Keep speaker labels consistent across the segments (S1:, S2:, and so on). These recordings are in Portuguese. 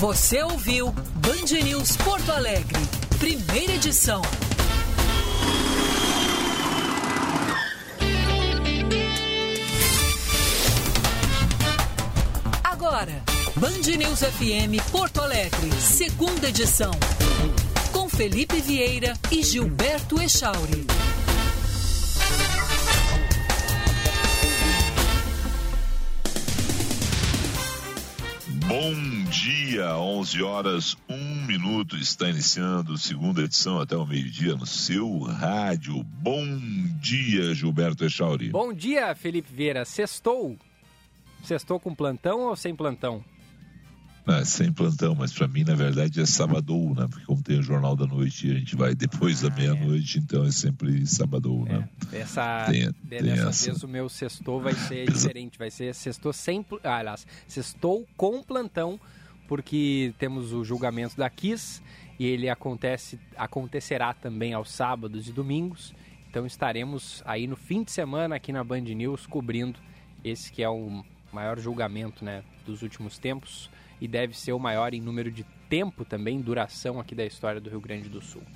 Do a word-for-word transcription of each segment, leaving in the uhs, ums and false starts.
S1: Você ouviu Band News Porto Alegre, primeira edição. Agora, Band News F M Porto Alegre, segunda edição. Com Felipe Vieira e Gilberto Echauri.
S2: Bom dia, onze horas, um minuto, está iniciando a segunda edição até o meio-dia no seu rádio. Bom dia, Gilberto Echauri.
S3: Bom dia, Felipe Vieira. Sextou? Sextou com plantão ou sem plantão?
S2: É, sem plantão, mas para mim, na verdade, é sabadou, né? Porque como tem o Jornal da Noite, a gente vai depois ah, da meia-noite, é. Então é sempre sabadou, é. Né?
S3: Essa,
S2: tem,
S3: dessa
S2: tem
S3: vez essa. O meu sextou vai ser diferente, vai ser sextou sem... Ah, aliás, sextou com plantão, porque temos o julgamento da Kiss e ele acontece, acontecerá também aos sábados e domingos, então estaremos aí no fim de semana aqui na Band News cobrindo esse que é o maior julgamento, né, dos últimos tempos. E deve ser o maior em número de tempo também, duração aqui da história do Rio Grande do Sul.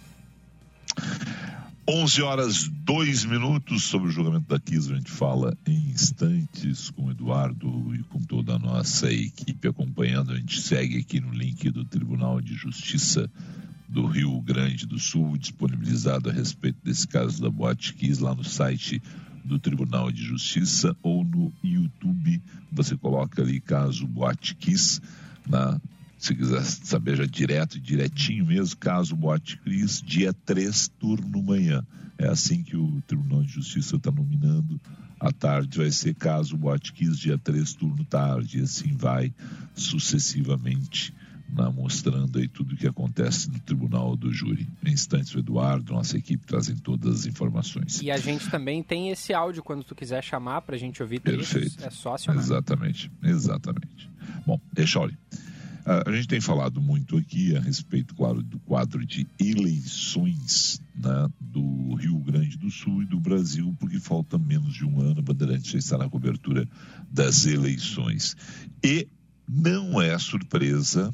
S2: onze horas, dois minutos sobre o julgamento da Kiss. A gente fala em instantes com o Eduardo e com toda a nossa equipe acompanhando. A gente segue aqui no link do Tribunal de Justiça do Rio Grande do Sul, disponibilizado a respeito desse caso da Boate Kiss lá no site do Tribunal de Justiça ou no YouTube. Você coloca ali caso Boate Kiss. Na, se quiser saber já direto, direitinho mesmo, caso Boate Kiss, dia três, turno manhã. É assim que o Tribunal de Justiça está nominando. À tarde vai ser caso Boate Kiss, dia três, turno tarde. E assim vai sucessivamente, na, mostrando aí tudo o que acontece no Tribunal do Júri. Em instantes, o Eduardo, nossa equipe, trazem todas as informações.
S3: E a gente também tem esse áudio, quando tu quiser chamar para a gente ouvir trechos,
S2: perfeito.
S3: É só acionar.
S2: Exatamente, exatamente. Bom, Echauri, a gente tem falado muito aqui a respeito, claro, do quadro de eleições, né, do Rio Grande do Sul e do Brasil, porque falta menos de um ano, a Bandeirantes já está na cobertura das eleições. E não é surpresa,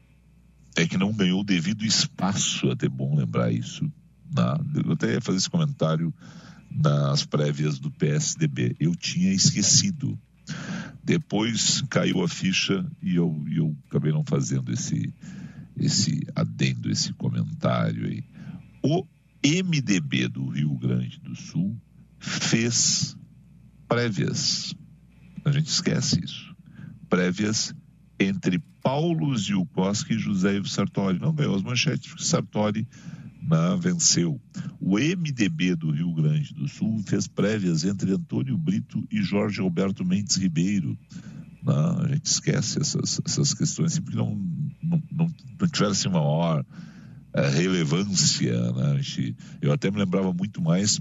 S2: é que não ganhou o devido espaço, até bom lembrar isso. Né? Eu até ia fazer esse comentário nas prévias do P S D B. Eu tinha esquecido. Depois caiu a ficha e eu, eu acabei não fazendo esse, esse adendo, esse comentário aí. O M D B do Rio Grande do Sul fez prévias. A gente esquece isso. Prévias entre Paulo Ziukoski e José Ivo Sartori. Não ganhou as manchetes, porque Sartori não venceu. O M D B do Rio Grande do Sul fez prévias entre Antônio Brito e Jorge Alberto Mendes Ribeiro. Não, a gente esquece essas, essas questões, porque não, não, não, não tiveram assim, uma maior uh, relevância. Né? A gente, eu até me lembrava muito mais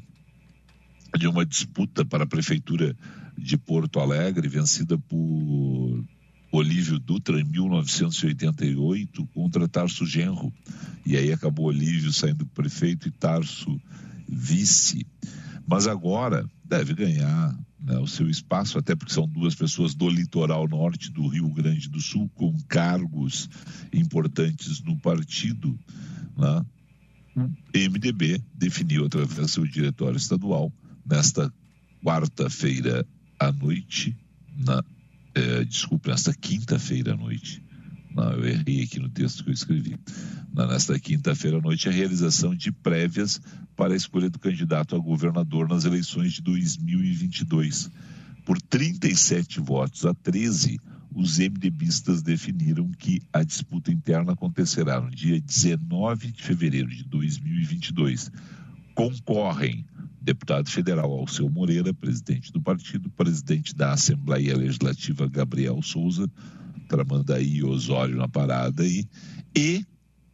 S2: de uma disputa para a Prefeitura de Porto Alegre, vencida por Olívio Dutra em mil novecentos e oitenta e oito contra Tarso Genro, e aí acabou Olívio saindo prefeito e Tarso vice, mas agora deve ganhar, né, o seu espaço, até porque são duas pessoas do litoral norte do Rio Grande do Sul com cargos importantes no partido, né? O M D B definiu através do seu diretório estadual nesta quarta-feira à noite, na É, desculpe, nesta quinta-feira à noite. Não, eu errei aqui no texto que eu escrevi. Não, nesta quinta-feira à noite, a realização de prévias para a escolha do candidato a governador nas eleições de dois mil e vinte e dois. Por trinta e sete votos a treze, os MDBistas definiram que a disputa interna acontecerá no dia dezenove de fevereiro de dois mil e vinte e dois. Concorrem deputado federal Alceu Moreira, presidente do partido, presidente da Assembleia Legislativa Gabriel Souza, Tramandaí Osório na parada aí, e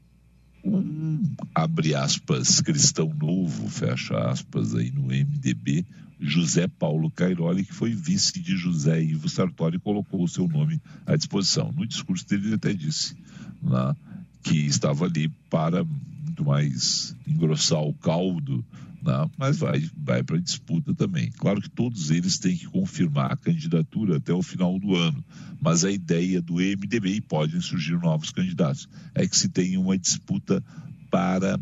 S2: um, abre aspas, cristão novo, fecha aspas, aí no M D B, José Paulo Cairoli, que foi vice de José Ivo Sartori, colocou o seu nome à disposição. No discurso dele ele até disse, né, que estava ali para muito mais engrossar o caldo, Não, mas vai, vai para disputa também. Claro que todos eles têm que confirmar a candidatura até o final do ano, mas a ideia do M D B, e podem surgir novos candidatos, é que se tenha uma disputa para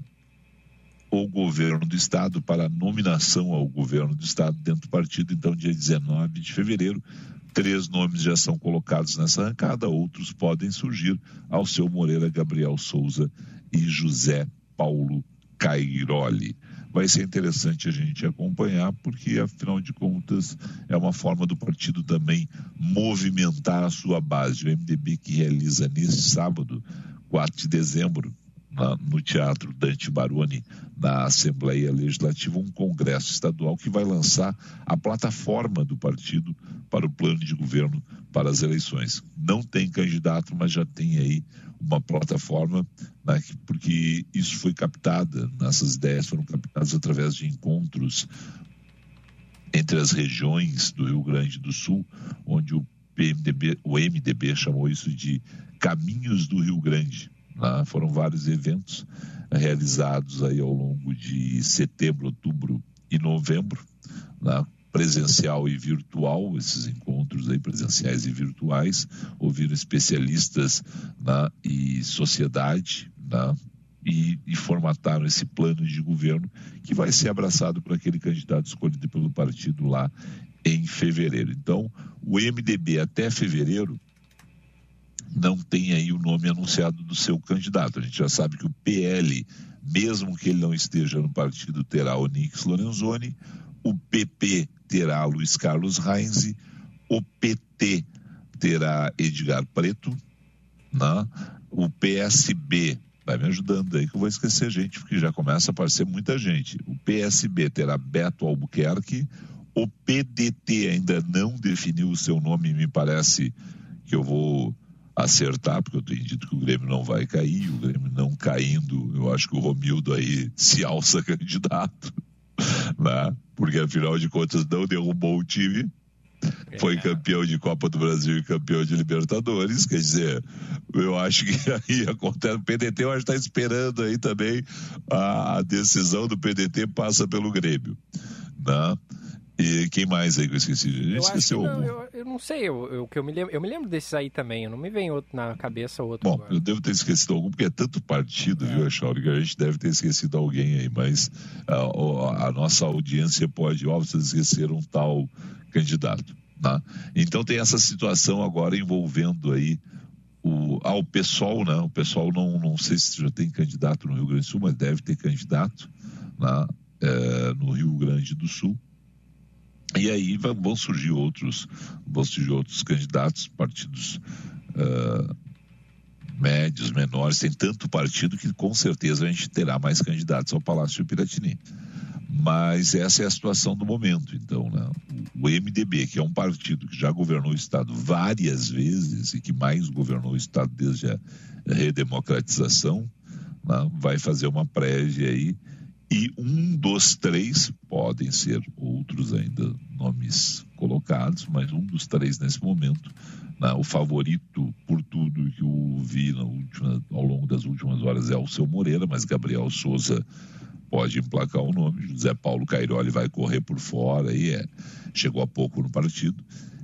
S2: o governo do Estado, para a nominação ao governo do Estado dentro do partido. Então, dia dezenove de fevereiro, três nomes já são colocados nessa arrancada, outros podem surgir: Alceu Moreira, Gabriel Souza e José Paulo Cairoli. Vai ser interessante a gente acompanhar, porque, afinal de contas, é uma forma do partido também movimentar a sua base. O M D B, que realiza neste sábado, quatro de dezembro, na, no Teatro Dante Baroni, na Assembleia Legislativa, um congresso estadual que vai lançar a plataforma do partido para o plano de governo para as eleições. Não tem candidato, mas já tem aí uma plataforma, né, porque isso foi captada, essas ideias foram captadas através de encontros entre as regiões do Rio Grande do Sul, onde o P M D B, o M D B chamou isso de Caminhos do Rio Grande. Né? Foram vários eventos realizados aí ao longo de setembro, outubro e novembro, né? Presencial e virtual, esses encontros aí presenciais e virtuais, ouviram especialistas, né, e sociedade, né, e, e formataram esse plano de governo que vai ser abraçado por aquele candidato escolhido pelo partido lá em fevereiro. Então, o M D B até fevereiro não tem aí o nome anunciado do seu candidato. A gente já sabe que o P L, mesmo que ele não esteja no partido, terá Onyx Lorenzoni, o P P terá Luiz Carlos Reins, o P T terá Edgar Preto, né? O P S B, vai me ajudando aí que eu vou esquecer gente, porque já começa a aparecer muita gente. O P S B terá Beto Albuquerque, o P D T ainda não definiu o seu nome, me parece que eu vou acertar, porque eu tenho dito que o Grêmio não vai cair, o Grêmio não caindo, eu acho que o Romildo aí se alça candidato, né? Porque afinal de contas não derrubou o time, foi campeão de Copa do Brasil e campeão de Libertadores. Quer dizer, eu acho que aí acontece, o P D T eu acho que está esperando aí também a decisão do P D T, passa pelo Grêmio, né? E quem mais aí que eu esqueci? Eu,
S3: eu
S2: esqueci
S3: não, eu, eu não sei, eu, eu, que eu, me lembro, eu me lembro desses aí também, eu não me vem outro na cabeça outro.
S2: Bom,
S3: agora.
S2: Eu devo ter esquecido algum, porque é tanto partido, é. viu, Echauri, que a gente deve ter esquecido alguém aí, mas a, a, a nossa audiência pode, óbvio, esquecer um tal candidato, né? Então tem essa situação agora envolvendo aí o, ah, o PSOL, né? O PSOL não, não sei se já tem candidato no Rio Grande do Sul, mas deve ter candidato, né? É, no Rio Grande do Sul. E aí vão surgir outros, vão surgir outros candidatos, partidos uh, médios, menores. Tem tanto partido que com certeza a gente terá mais candidatos ao Palácio Piratini. Mas essa é a situação do momento. Então, né? O M D B, que é um partido que já governou o Estado várias vezes e que mais governou o Estado desde a redemocratização, né? Vai fazer uma prévia aí. E um dos três, podem ser outros ainda nomes colocados, mas um dos três nesse momento, né, o favorito por tudo que eu vi na última, ao longo das últimas horas é Alceu Moreira, mas Gabriel Souza pode emplacar o nome, José Paulo Cairoli vai correr por fora, e é, chegou há pouco no partido.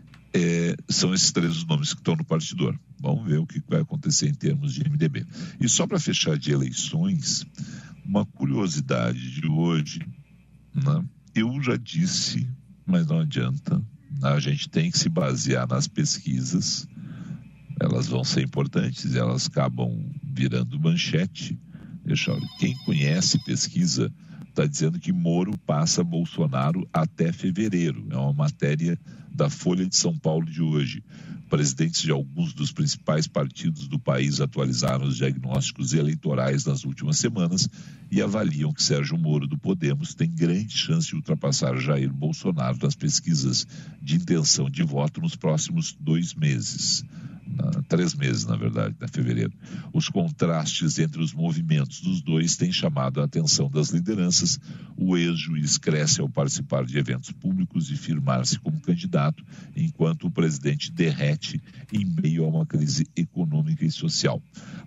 S2: É, são esses três os nomes que estão no partidor. Vamos ver o que vai acontecer em termos de M D B. E só para fechar de eleições, uma curiosidade de hoje, né? Eu já disse, mas não adianta, a gente tem que se basear nas pesquisas, elas vão ser importantes, elas acabam virando manchete. Quem conhece pesquisa está dizendo que Moro passa Bolsonaro até fevereiro. É uma matéria da Folha de São Paulo de hoje. Presidentes de alguns dos principais partidos do país atualizaram os diagnósticos eleitorais nas últimas semanas e avaliam que Sérgio Moro do Podemos tem grande chance de ultrapassar Jair Bolsonaro nas pesquisas de intenção de voto nos próximos dois meses. Na, três meses, na verdade, em fevereiro. Os contrastes entre os movimentos dos dois têm chamado a atenção das lideranças. O ex-juiz cresce ao participar de eventos públicos e firmar-se como candidato, enquanto o presidente derrete em meio a uma crise econômica e social.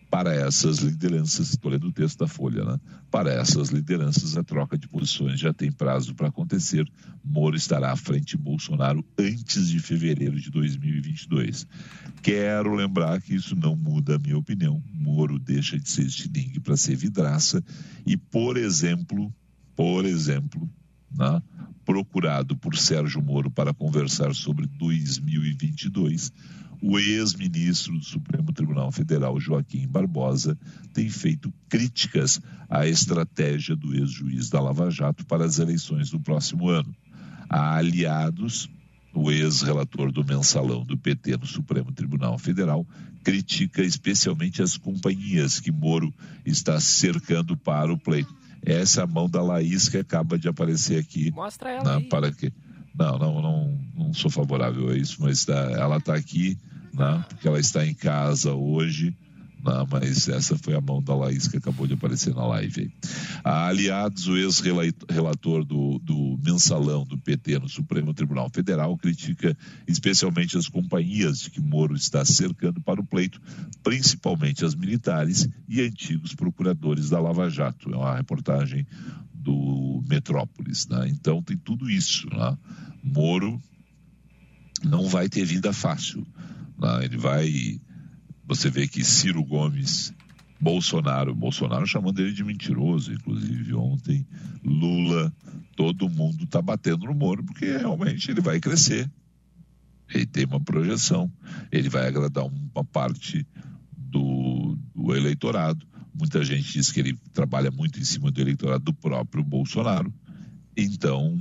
S2: Para essas lideranças, estou lendo o texto da Folha, né? Para essas lideranças, a troca de posições já tem prazo para acontecer. Moro estará à frente de Bolsonaro antes de fevereiro de dois mil e vinte e dois. Quero lembrar que isso não muda a minha opinião. Moro deixa de ser estilingue para ser vidraça e, por exemplo, por exemplo, né, procurado por Sérgio Moro para conversar sobre dois mil e vinte e dois, o ex-ministro do Supremo Tribunal Federal, Joaquim Barbosa, tem feito críticas à estratégia do ex-juiz da Lava Jato para as eleições do próximo ano. Há aliados, o ex-relator do mensalão do P T no Supremo Tribunal Federal critica especialmente as companhias que Moro está cercando para o pleito. Essa é a mão da Laís que acaba de aparecer aqui.
S3: Mostra ela
S2: né,
S3: aí.
S2: Para que... Não, não, não, não sou favorável a isso, mas tá, ela está aqui, né, porque ela está em casa hoje, né, mas essa foi a mão da Laís que acabou de aparecer na live. Há aliados, o ex-relator do, do mensalão do P T no Supremo Tribunal Federal critica especialmente as companhias de que Moro está cercando para o pleito, principalmente as militares e antigos procuradores da Lava Jato. É uma reportagem do Metrópolis, né? Então tem tudo isso, né? Moro não vai ter vida fácil, né? Ele vai, você vê que Ciro Gomes, Bolsonaro, Bolsonaro chamando ele de mentiroso, inclusive ontem, Lula, todo mundo está batendo no Moro, porque realmente ele vai crescer, ele tem uma projeção, ele vai agradar uma parte do, do eleitorado. Muita gente diz que ele trabalha muito em cima do eleitorado do próprio Bolsonaro. Então,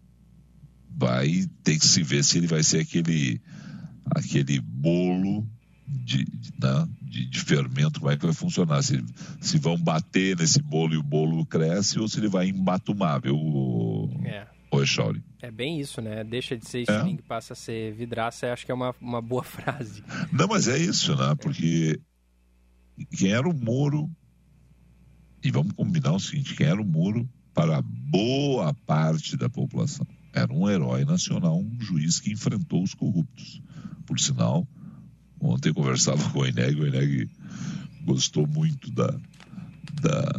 S2: vai ter que se ver se ele vai ser aquele, aquele bolo de, de, né, de, de fermento, como é que vai funcionar. Se, se vão bater nesse bolo e o bolo cresce, ou se ele vai embatumar, viu,
S3: é.
S2: Echauri?
S3: É bem isso, né? Deixa de ser estilingue, é. passa a ser vidraça. Acho que é uma, uma boa frase.
S2: Não, mas é isso, né? Porque quem era o Moro... E vamos combinar o seguinte, quem era o Moro para boa parte da população? Era um herói nacional, um juiz que enfrentou os corruptos. Por sinal, ontem eu conversava com o Eneg, o Eneg gostou muito da, da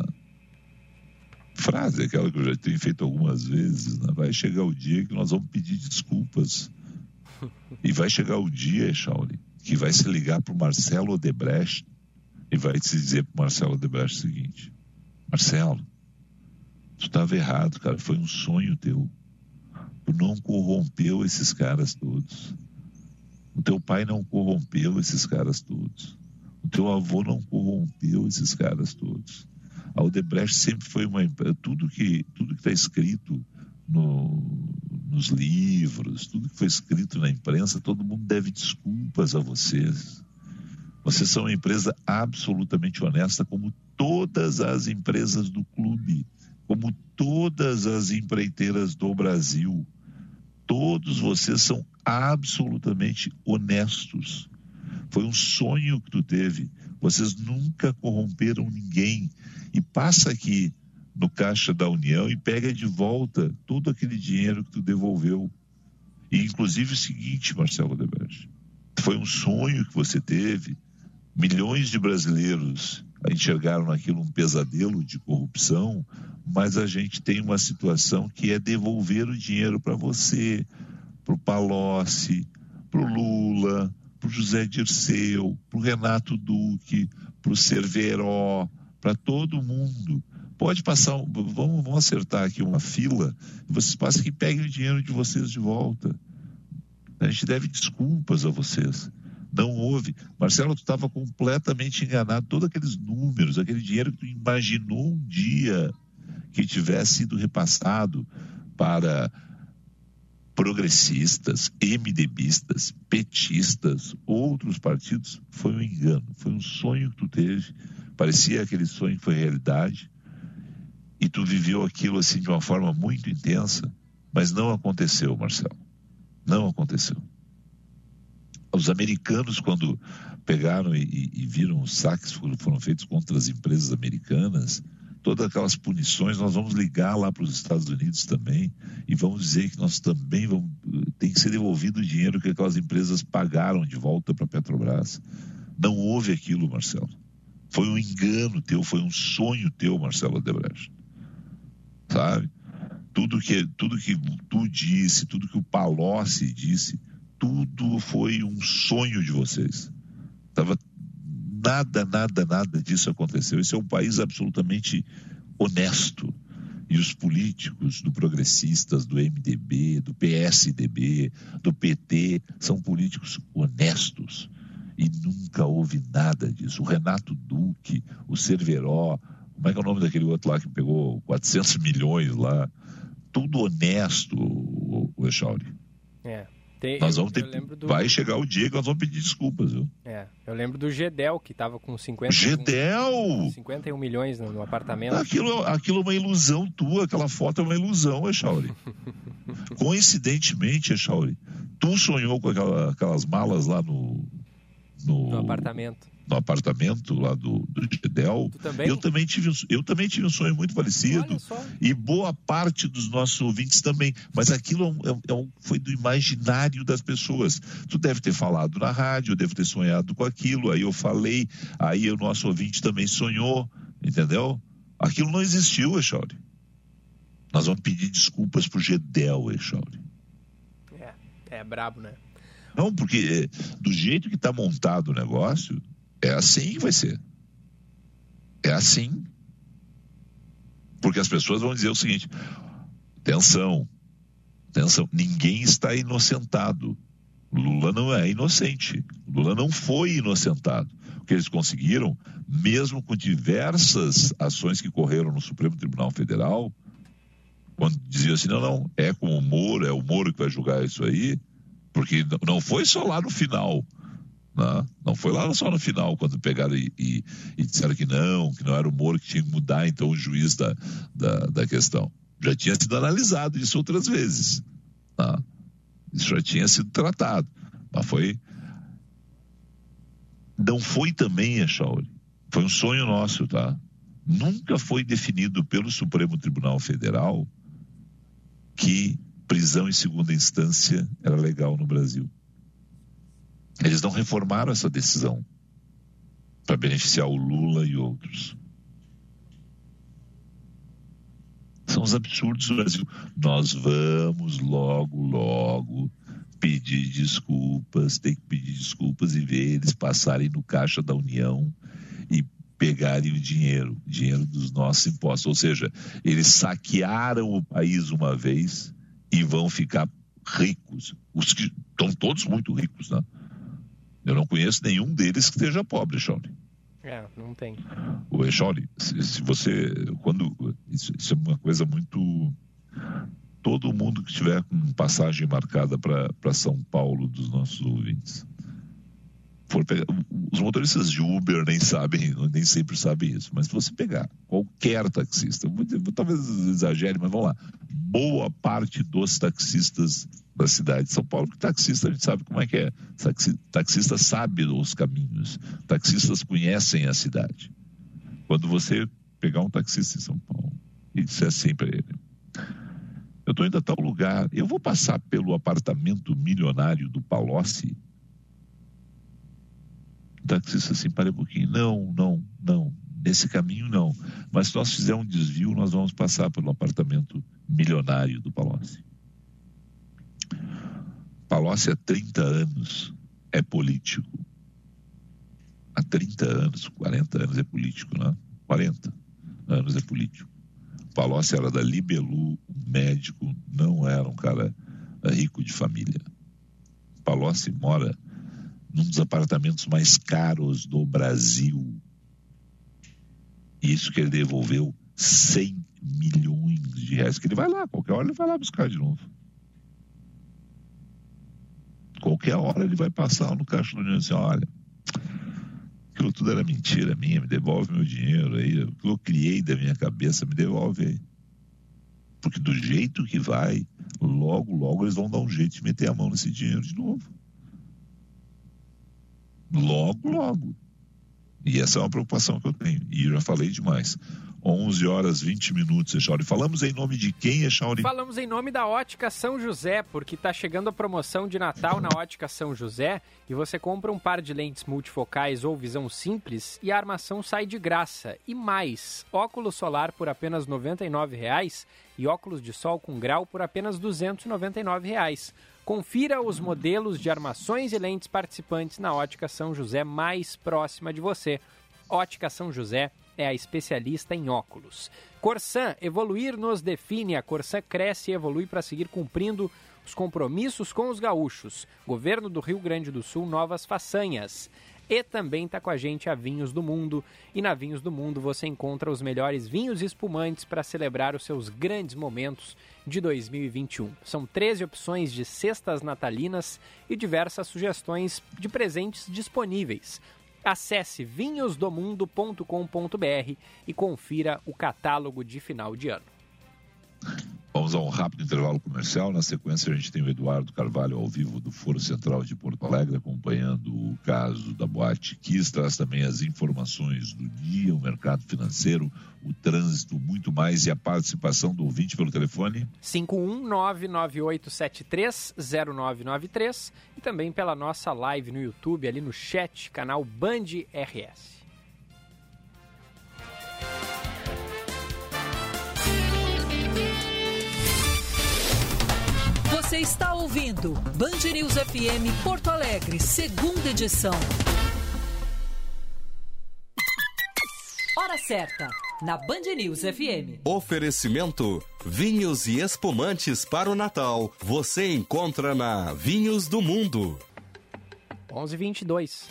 S2: frase, aquela que eu já tenho feito algumas vezes, né? Vai chegar o dia que nós vamos pedir desculpas. E vai chegar o dia, Shauli, que vai se ligar para o Marcelo Odebrecht e vai se dizer para o Marcelo Odebrecht o seguinte: Marcelo, tu estava errado, cara, foi um sonho teu. Tu não corrompeu esses caras todos. O teu pai não corrompeu esses caras todos. O teu avô não corrompeu esses caras todos. A Odebrecht sempre foi uma empresa. Tudo que tudo que está escrito no, nos livros, tudo que foi escrito na imprensa, todo mundo deve desculpas a vocês. Vocês são uma empresa absolutamente honesta, como todas as empresas do clube, como todas as empreiteiras do Brasil. Todos vocês são absolutamente honestos. Foi um sonho que tu teve. Vocês nunca corromperam ninguém. E passa aqui no Caixa da União e pega de volta todo aquele dinheiro que tu devolveu. E inclusive o seguinte, Marcelo Odebrecht, foi um sonho que você teve. Milhões de brasileiros enxergaram naquilo um pesadelo de corrupção, mas a gente tem uma situação que é devolver o dinheiro para você, para o Palocci, para o Lula, para o José Dirceu, para o Renato Duque, para o Cerveró, para todo mundo. Pode passar, vamos, vamos acertar aqui uma fila, e vocês passam aqui e peguem o dinheiro de vocês de volta. A gente deve desculpas a vocês. Não houve. Marcelo, tu estava completamente enganado. Todos aqueles números, aquele dinheiro que tu imaginou um dia que tivesse sido repassado para progressistas, MDBistas, petistas, outros partidos, foi um engano. Foi um sonho que tu teve. Parecia aquele sonho que foi realidade. E tu viveu aquilo assim de uma forma muito intensa, mas não aconteceu, Marcelo. Não aconteceu. Os americanos, quando pegaram e, e, e viram os saques que foram, foram feitos contra as empresas americanas, todas aquelas punições, nós vamos ligar lá para os Estados Unidos também e vamos dizer que nós também vamos, tem que ser devolvido o dinheiro que aquelas empresas pagaram de volta para a Petrobras. Não houve aquilo, Marcelo. Foi um engano teu, foi um sonho teu, Marcelo Odebrecht. Sabe? Tudo que, tudo que tu disse, tudo que o Palocci disse, tudo foi um sonho de vocês. Tava, nada, nada, nada disso aconteceu. Esse é um país absolutamente honesto. E os políticos do Progressistas, do M D B, do P S D B, do P T, são políticos honestos. E nunca houve nada disso. O Renato Duque, o Cerveró, como é que é o nome daquele outro lá que pegou quatrocentos milhões lá? Tudo honesto, o, o Echauri.
S3: É. Tem,
S2: nós vamos ter,
S3: do...
S2: Vai chegar o dia que nós vamos pedir desculpas, viu?
S3: É, eu lembro do Gedel, que estava com cinquenta e um,
S2: Gedel!
S3: cinquenta e um milhões no, no apartamento.
S2: Aquilo, aquilo é uma ilusão tua, aquela foto é uma ilusão, Echauri. Coincidentemente, Echauri, tu sonhou com aquela, aquelas malas lá no, no...
S3: No apartamento.
S2: No apartamento lá do, do Gedel.
S3: Tu também?
S2: Eu também tive, eu também tive um sonho muito parecido. E boa parte dos nossos ouvintes também. Mas aquilo é um, é um, foi do imaginário das pessoas. Tu deve ter falado na rádio, eu devo ter sonhado com aquilo. Aí eu falei, aí o nosso ouvinte também sonhou, entendeu? Aquilo não existiu, Echauri. Nós vamos pedir desculpas pro Gedel, Echauri.
S3: É, é brabo, né?
S2: Não, porque do jeito que está montado o negócio, é assim que vai ser. É assim. Porque as pessoas vão dizer o seguinte: atenção, atenção, ninguém está inocentado. Lula não é inocente. Lula não foi inocentado. O que eles conseguiram, mesmo com diversas ações que correram no Supremo Tribunal Federal, quando dizia assim, não, não, é com o Moro, é o Moro que vai julgar isso aí, porque não foi só lá no final. Não, não foi lá só no final, quando pegaram e, e, e disseram que não, que não era o Moro que tinha que mudar, então, o juiz da, da, da questão. Já tinha sido analisado isso outras vezes. Tá? Isso já tinha sido tratado. Mas foi... Não foi também, Echauri. Foi um sonho nosso, tá? Nunca foi definido pelo Supremo Tribunal Federal que prisão em segunda instância era legal no Brasil. Eles não reformaram essa decisão para beneficiar o Lula e outros. São os absurdos do Brasil. Nós vamos logo, logo pedir desculpas, tem que pedir desculpas e ver eles passarem no caixa da União e pegarem o dinheiro, dinheiro dos nossos impostos. Ou seja, eles saquearam o país uma vez e vão ficar ricos. Os que estão todos muito ricos, né? Eu não conheço nenhum deles que esteja pobre, Echauri.
S3: É, não tem.
S2: O Echauri, se, se você... quando isso, isso é uma coisa muito... Todo mundo que tiver com passagem marcada para São Paulo dos nossos ouvintes. For pegar, os motoristas de Uber nem sabem, nem sempre sabem isso. Mas se você pegar qualquer taxista, vou, talvez exagere, mas vamos lá. Boa parte dos taxistas da cidade de São Paulo, porque taxista a gente sabe como é que é. Taxista sabe os caminhos. Taxistas conhecem a cidade. Quando você pegar um taxista em São Paulo e disser assim para ele: eu estou indo a tal lugar, eu vou passar pelo apartamento milionário do Palocci. O taxista assim, para um pouquinho. Não, não, não. Nesse caminho não. Mas se nós fizermos um desvio, nós vamos passar pelo apartamento milionário do Palocci. Palocci há trinta anos é político. Há trinta anos, quarenta anos é político, né? quarenta anos é político. Palocci era da Libelu, médico, não era um cara rico de família. Palocci mora num dos apartamentos mais caros do Brasil. Isso que ele devolveu cem milhões de reais, que ele vai lá, qualquer hora ele vai lá buscar de novo. Qualquer hora ele vai passar no caixa da União e dizer: olha, aquilo tudo era mentira minha, me devolve meu dinheiro aí, o que eu criei da minha cabeça, me devolve aí. Porque do jeito que vai, logo, logo eles vão dar um jeito de meter a mão nesse dinheiro de novo. Logo, logo. E essa é uma preocupação que eu tenho. E eu já falei demais. onze horas e vinte minutos, Echauri. Falamos em nome de quem, Echauri?
S3: Falamos em nome da Ótica São José, porque está chegando a promoção de Natal na Ótica São José e você compra um par de lentes multifocais ou visão simples e a armação sai de graça. E mais, óculos solar por apenas noventa e nove reais e óculos de sol com grau por apenas duzentos e noventa e nove reais. Confira os modelos de armações e lentes participantes na Ótica São José mais próxima de você. Ótica São José é a especialista em óculos. Corsan, evoluir nos define. A Corsan cresce e evolui para seguir cumprindo os compromissos com os gaúchos. Governo do Rio Grande do Sul, novas façanhas. E também está com a gente a Vinhos do Mundo. E na Vinhos do Mundo você encontra os melhores vinhos e espumantes para celebrar os seus grandes momentos de dois mil e vinte e um. São treze opções de cestas natalinas e diversas sugestões de presentes disponíveis. Acesse vinhos do mundo ponto com ponto b r e confira o catálogo de final de ano.
S2: Vamos a um rápido intervalo comercial. Na sequência, a gente tem o Eduardo Carvalho ao vivo do Foro Central de Porto Alegre, acompanhando o caso da Boate Kiss. Traz também as informações do dia, o mercado financeiro, o trânsito, muito mais, e a participação do ouvinte pelo telefone
S3: cinco um nove nove oito sete três zero nove nove três e também pela nossa live no YouTube, ali no chat, canal Band R S.
S1: Você está ouvindo Band News F M Porto Alegre, segunda edição. Hora certa, na Band News F M.
S4: Oferecimento: vinhos e espumantes para o Natal. Você encontra na Vinhos do Mundo.
S3: onze e vinte e dois.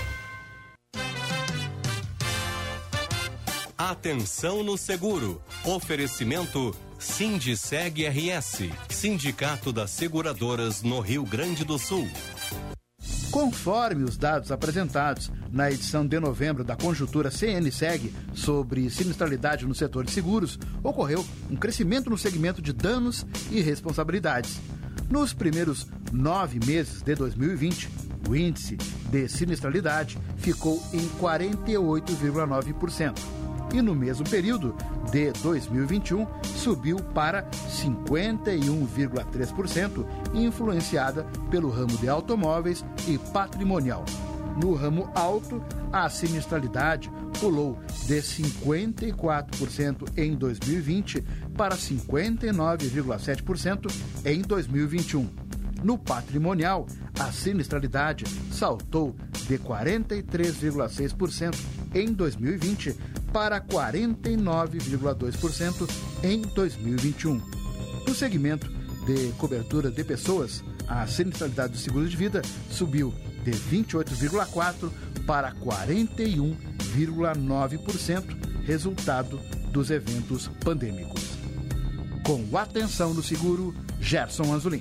S4: Atenção no seguro. Oferecimento: Sindiceg R S, Sindicato das Seguradoras no Rio Grande do Sul.
S5: Conforme os dados apresentados na edição de novembro da conjuntura C N S E G sobre sinistralidade no setor de seguros, ocorreu um crescimento no segmento de danos e responsabilidades. Nos primeiros nove meses de dois mil e vinte, o índice de sinistralidade ficou em quarenta e oito vírgula nove por cento. E no mesmo período de dois mil e vinte e um subiu para cinquenta e um vírgula três por cento, influenciada pelo ramo de automóveis e patrimonial. No ramo auto, a sinistralidade pulou de cinquenta e quatro por cento em dois mil e vinte para cinquenta e nove vírgula sete por cento em dois mil e vinte e um. No patrimonial, a sinistralidade saltou de quarenta e três vírgula seis por cento em dois mil e vinte para quarenta e nove vírgula dois por cento em dois mil e vinte e um. No segmento de cobertura de pessoas, a sinistralidade do seguro de vida subiu de vinte e oito vírgula quatro por cento para quarenta e um vírgula nove por cento, resultado dos eventos pandêmicos. Com atenção no seguro, Gerson Anzolin.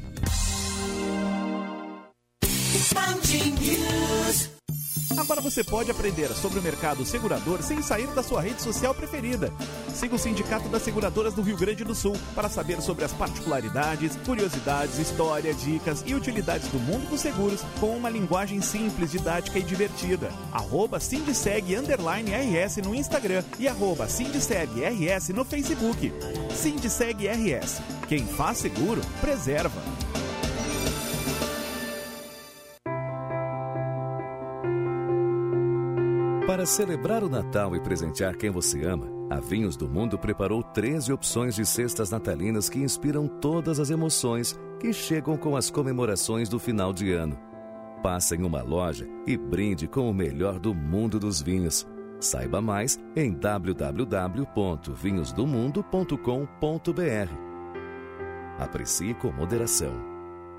S6: Agora você pode aprender sobre o mercado segurador sem sair da sua rede social preferida. Siga o Sindicato das Seguradoras do Rio Grande do Sul para saber sobre as particularidades, curiosidades, história, dicas e utilidades do mundo dos seguros com uma linguagem simples, didática e divertida. Arroba Sindiceg underline R S no Instagram e arroba Sindiceg R S no Facebook. Sindiceg R S. Quem faz seguro, preserva.
S7: Para celebrar o Natal e presentear quem você ama, a Vinhos do Mundo preparou treze opções de cestas natalinas que inspiram todas as emoções que chegam com as comemorações do final de ano. Passe em uma loja e brinde com o melhor do mundo dos vinhos. Saiba mais em w w w ponto vinhos do mundo ponto com ponto b r. Aprecie com moderação.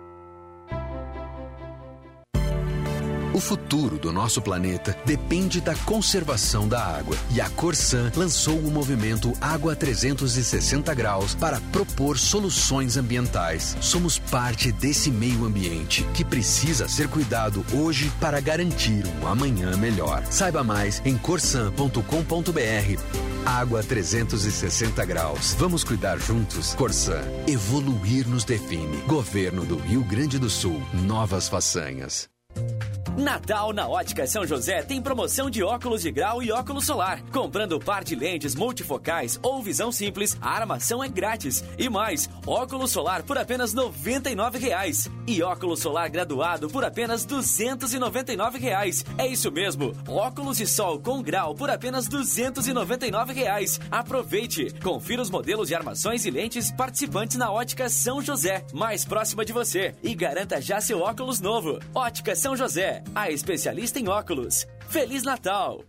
S8: O futuro do nosso planeta depende da conservação da água. E a Corsan lançou o movimento Água trezentos e sessenta graus para propor soluções ambientais. Somos parte desse meio ambiente que precisa ser cuidado hoje para garantir um amanhã melhor. Saiba mais em corsan ponto com ponto b r. Água trezentos e sessenta graus. Vamos cuidar juntos? Corsan. Evoluir nos define. Governo do Rio Grande do Sul. Novas façanhas.
S9: Natal na Ótica São José tem promoção de óculos de grau e óculos solar. Comprando o par de lentes multifocais ou visão simples, a armação é grátis. E mais, óculos solar por apenas noventa e nove reais. E óculos solar graduado por apenas duzentos e noventa e nove reais. É isso mesmo, óculos de sol com grau por apenas duzentos e noventa e nove reais. Aproveite! Confira os modelos de armações e lentes participantes na Ótica São José, mais próxima de você. E garanta já seu óculos novo. Ótica São José, a especialista em óculos. Feliz Natal!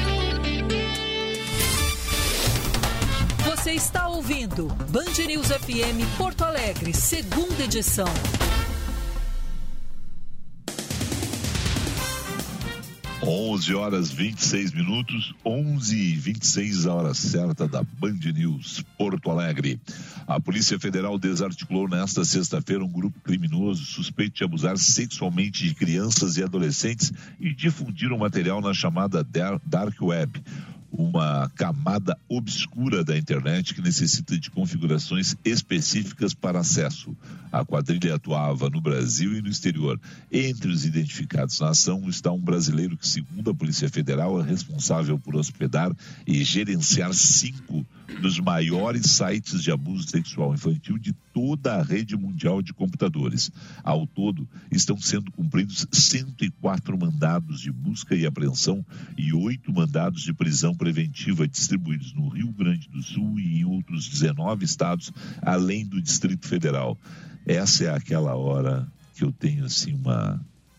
S1: Você está ouvindo Band News F M Porto Alegre, segunda edição.
S2: onze horas e vinte e seis minutos, onze e vinte e seis, a hora certa da Band News Porto Alegre. A Polícia Federal desarticulou nesta sexta-feira um grupo criminoso suspeito de abusar sexualmente de crianças e adolescentes e difundir um material na chamada Dark Web, uma camada obscura da internet que necessita de configurações específicas para acesso. A quadrilha atuava no Brasil e no exterior. Entre os identificados na ação está um brasileiro que, segundo a Polícia Federal, é responsável por hospedar e gerenciar cinco dos maiores sites de abuso sexual infantil de toda a rede mundial de computadores. Ao todo, estão sendo cumpridos cento e quatro mandados de busca e apreensão e oito mandados de prisão preventiva distribuídos no Rio Grande do Sul e em outros dezenove estados, além do Distrito Federal. Essa é aquela hora que eu tenho assim uma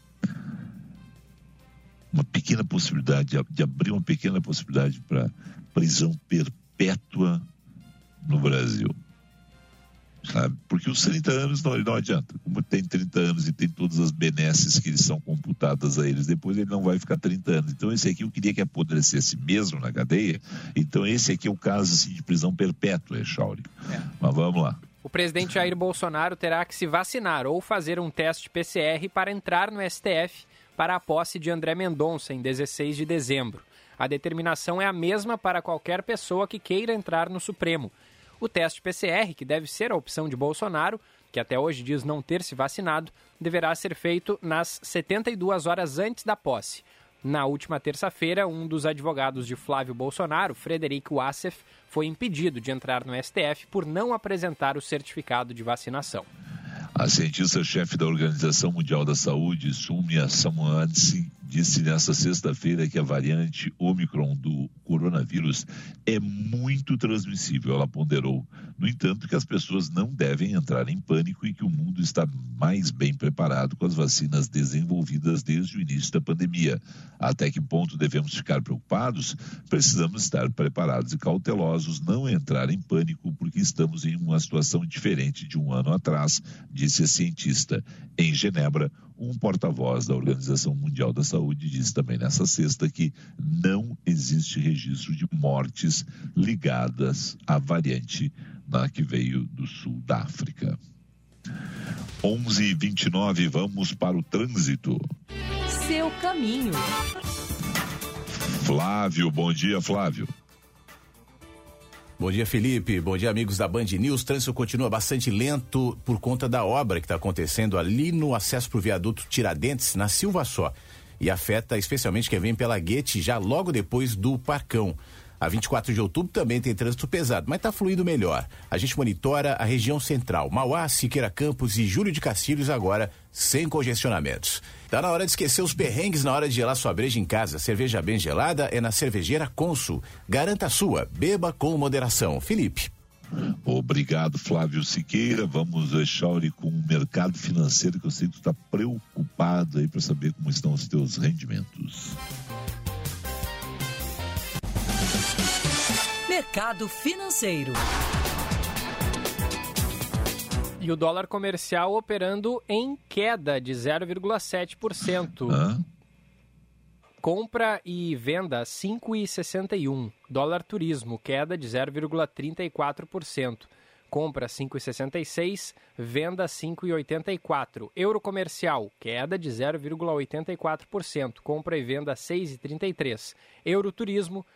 S2: uma pequena possibilidade de, de abrir uma pequena possibilidade para prisão perpétua no Brasil, sabe? Porque os trinta anos não, não adianta. Como tem trinta anos e tem todas as benesses que eles são computadas a eles, depois ele não vai ficar trinta anos. Então esse aqui eu queria que apodrecesse mesmo na cadeia. Então esse aqui é o caso assim, de prisão perpétua, Echauri. É. Mas vamos lá.
S3: O presidente Jair Bolsonaro terá que se vacinar ou fazer um teste P C R para entrar no S T F para a posse de André Mendonça em dezesseis de dezembro. A determinação é a mesma para qualquer pessoa que queira entrar no Supremo. O teste P C R, que deve ser a opção de Bolsonaro, que até hoje diz não ter se vacinado, deverá ser feito nas setenta e duas horas antes da posse. Na última terça-feira, um dos advogados de Flávio Bolsonaro, Frederico Wassef, foi impedido de entrar no S T F por não apresentar o certificado de vacinação.
S2: A cientista-chefe da Organização Mundial da Saúde, Soumya Swaminathan, disse nesta sexta-feira que a variante Ômicron do coronavírus é muito transmissível. Ela ponderou, no entanto, que as pessoas não devem entrar em pânico e que o mundo está mais bem preparado com as vacinas desenvolvidas desde o início da pandemia. Até que ponto devemos ficar preocupados? Precisamos estar preparados e cautelosos, não entrar em pânico, porque estamos em uma situação diferente de um ano atrás, disse a cientista. Em Genebra, um porta-voz da Organização Mundial da Saúde disse também nessa sexta que não existe registro de mortes ligadas à variante da que veio do sul da África. onze e vinte e nove, vamos para o trânsito.
S1: Seu caminho.
S2: Flávio, bom dia, Flávio.
S10: Bom dia, Felipe. Bom dia, amigos da Band News. O trânsito continua bastante lento por conta da obra que está acontecendo ali no acesso para o viaduto Tiradentes, na Silva Só. E afeta especialmente quem vem pela Guete já logo depois do Parcão. A vinte e quatro de outubro também tem trânsito pesado, mas está fluindo melhor. A gente monitora a região central, Mauá, Siqueira Campos e Júlio de Castilhos agora sem congestionamentos. Tá na hora de esquecer os perrengues na hora de gelar sua breja em casa. Cerveja bem gelada é na Cervejeira Consul. Garanta a sua, beba com moderação. Felipe.
S2: Obrigado, Flávio Siqueira. Vamos, Echauri, com o mercado financeiro, que eu sei que tu está preocupado aí para saber como estão os teus rendimentos.
S1: Mercado financeiro.
S3: E o dólar comercial operando em queda de zero vírgula sete por cento.
S2: Hã?
S3: Compra e venda cinco vírgula sessenta e um. Dólar turismo, queda de zero vírgula trinta e quatro por cento. Compra cinco vírgula sessenta e seis, venda cinco vírgula oitenta e quatro. Euro comercial, queda de zero vírgula oitenta e quatro por cento. Compra e venda seis vírgula trinta e três. Euro turismo,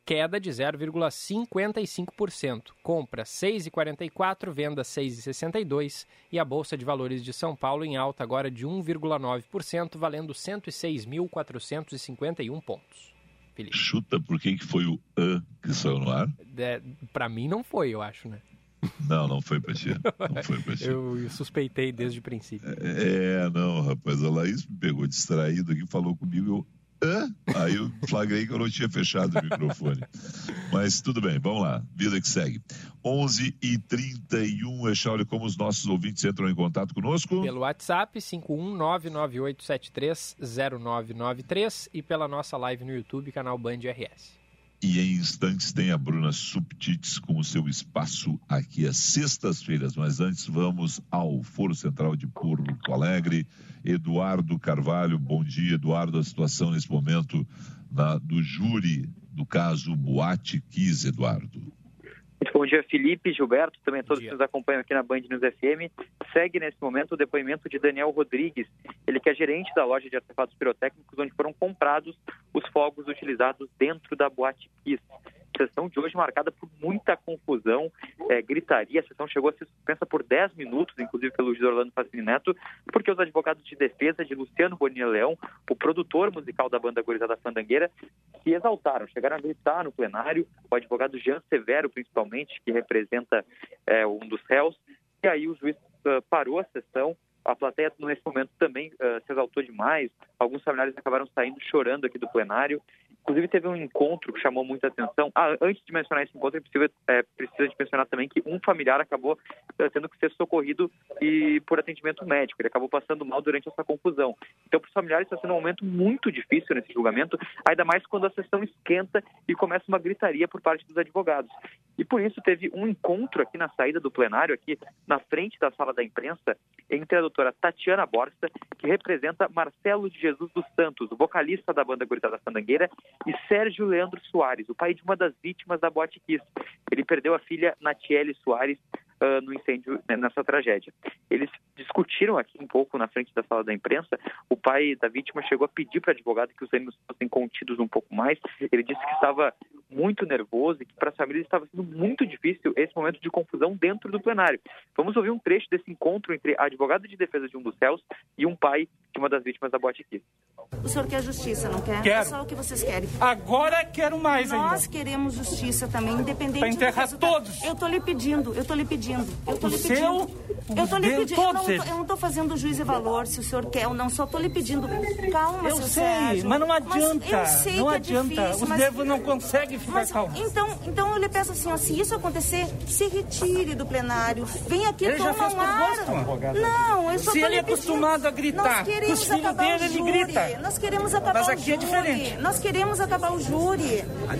S3: queda de zero vírgula cinquenta e cinco por cento. Compra seis vírgula quarenta e quatro, venda seis vírgula sessenta e dois e a Bolsa de Valores de São Paulo em alta agora de um vírgula nove por cento, valendo cento e seis mil quatrocentos e cinquenta e um pontos. Felipe.
S2: Chuta por que que foi o A que saiu no ar?
S3: É, pra mim não foi, eu acho, né?
S2: Não, não foi pra ti. Não foi pra ti.
S3: eu, eu suspeitei desde o princípio.
S2: É, não, rapaz, a Laís me pegou distraído aqui, falou comigo, eu... Hã? Aí eu flagrei que eu não tinha fechado o microfone. Mas tudo bem, vamos lá, vida que segue. onze e trinta e um, Echauri, como os nossos ouvintes entram em contato conosco?
S3: Pelo WhatsApp, cinco um nove nove oito sete três zero nove nove três e pela nossa live no YouTube, canal Band R S.
S2: E em instantes tem a Bruna Subtits com o seu espaço aqui às sextas-feiras. Mas antes vamos ao Foro Central de Porto Alegre. Eduardo Carvalho, bom dia, Eduardo. A situação nesse momento na, do júri do caso Boate Kiss, Eduardo.
S11: Muito bom dia, Felipe, Gilberto, também a todos que nos acompanham aqui na Band News F M. Segue nesse momento o depoimento de Daniel Rodrigues, ele que é gerente da loja de artefatos pirotécnicos onde foram comprados os fogos utilizados dentro da Boate Kiss. Sessão de hoje marcada por muita confusão, é, gritaria. A sessão chegou a ser suspensa por dez minutos, inclusive pelo juiz Orlando Facini Neto, porque os advogados de defesa de Luciano Bonilla Leão, o produtor musical da banda Gurizada Fandangueira, se exaltaram, chegaram a gritar no plenário, o advogado Jean Severo, principalmente, que representa é, um dos réus, e aí o juiz uh, parou a sessão. A plateia, nesse momento, também uh, se exaltou demais. Alguns familiares acabaram saindo chorando aqui do plenário. Inclusive, teve um encontro que chamou muita atenção. Ah, antes de mencionar esse encontro, é precisa, é, precisa de mencionar também que um familiar acabou uh, tendo que ser socorrido e, por atendimento médico. Ele acabou passando mal durante essa confusão. Então, para os familiares, está sendo um momento muito difícil nesse julgamento, ainda mais quando a sessão esquenta e começa uma gritaria por parte dos advogados. E, por isso, teve um encontro aqui na saída do plenário, aqui na frente da sala da imprensa, entre a doutora Tatiana Borsta, que representa Marcelo de Jesus dos Santos, o vocalista da banda Gurizada Fandangueira, e Sérgio Leandro Soares, o pai de uma das vítimas da Boate Kiss. Ele perdeu a filha Natiele Soares uh, no incêndio, né, nessa tragédia. Eles discutiram aqui um pouco na frente da sala da imprensa. O pai da vítima chegou a pedir para o advogado que os ânimos fossem contidos um pouco mais. Ele disse que estava muito nervoso e que para as famílias estava sendo muito difícil esse momento de confusão dentro do plenário. Vamos ouvir um trecho desse encontro entre a advogada de defesa de um dos réus e um pai de uma das vítimas da Boate Kiss.
S12: O senhor quer justiça, não quer?
S13: Quero.
S12: É só o que vocês querem.
S13: Agora quero mais ainda.
S12: Nós queremos justiça também, independente
S13: pra enterrar
S12: do
S13: todos.
S12: Eu tô lhe pedindo, eu tô lhe pedindo. Eu tô
S13: o
S12: lhe
S13: seu,
S12: pedindo. Eu tô lhe pedindo. Eu não, eu não tô fazendo juízo e valor se o senhor quer ou não, só tô lhe pedindo. Calma,
S13: eu
S12: seu
S13: sei,
S12: Sérgio.
S13: mas não adianta.
S12: Mas eu sei
S13: não
S12: que
S13: adianta.
S12: É difícil,
S13: Os
S12: mas...
S13: nervos não conseguem ficar
S12: mas,
S13: calmos.
S12: Então, então eu lhe peço assim, ó, se isso acontecer, se retire do plenário. Vem aqui,
S13: ele
S12: toma
S13: já fez
S12: um
S13: por
S12: ar.
S13: gosto, advogado.
S12: Não, eu só
S13: Se
S12: tô
S13: ele é
S12: lhe pedindo.
S13: acostumado a gritar,
S12: Nós queremos
S13: os filhos
S12: acabar
S13: dele,
S12: o
S13: ele
S12: júri.
S13: grita.
S12: Nós queremos acabar
S13: Mas
S12: o
S13: aqui é
S12: júri.
S13: diferente.
S12: Nós queremos acabar o júri.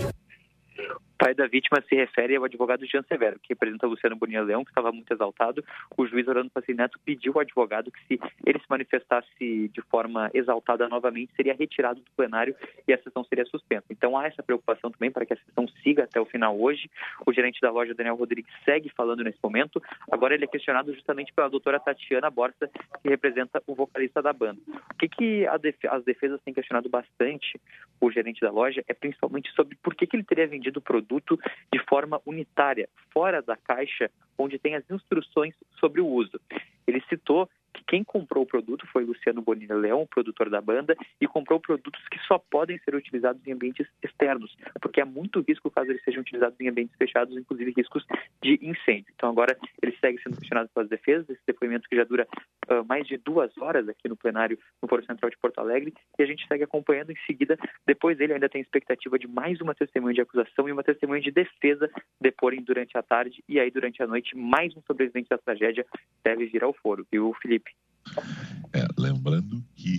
S11: O pai da vítima se refere ao advogado Jean Severo, que representa Luciano Bonilla Leão, que estava muito exaltado. O juiz Orlando Facini Neto pediu ao advogado que, se ele se manifestasse de forma exaltada novamente, seria retirado do plenário e a sessão seria suspensa. Então há essa preocupação também para que a sessão siga até o final hoje. O gerente da loja, Daniel Rodrigues, segue falando nesse momento. Agora ele é questionado justamente pela doutora Tatiana Borsta, que representa o vocalista da banda. O que, que a def- as defesas têm questionado bastante o gerente da loja é principalmente sobre por que, que ele teria vendido o produto de forma unitária, fora da caixa, onde tem as instruções sobre o uso. Ele citou que quem comprou o produto foi Luciano Bonilla Leão, o produtor da banda, e comprou produtos que só podem ser utilizados em ambientes externos, porque há muito risco caso eles sejam utilizados em ambientes fechados, inclusive riscos de incêndio. Então agora ele segue sendo questionado pelas defesas, esse depoimento que já dura uh, mais de duas horas aqui no plenário no Foro Central de Porto Alegre, e a gente segue acompanhando em seguida. Depois dele ainda tem expectativa de mais uma testemunha de acusação e uma testemunha de defesa deporem durante a tarde, e aí durante a noite mais um sobrevivente da tragédia deve vir ao foro, viu, Felipe?
S2: É, lembrando que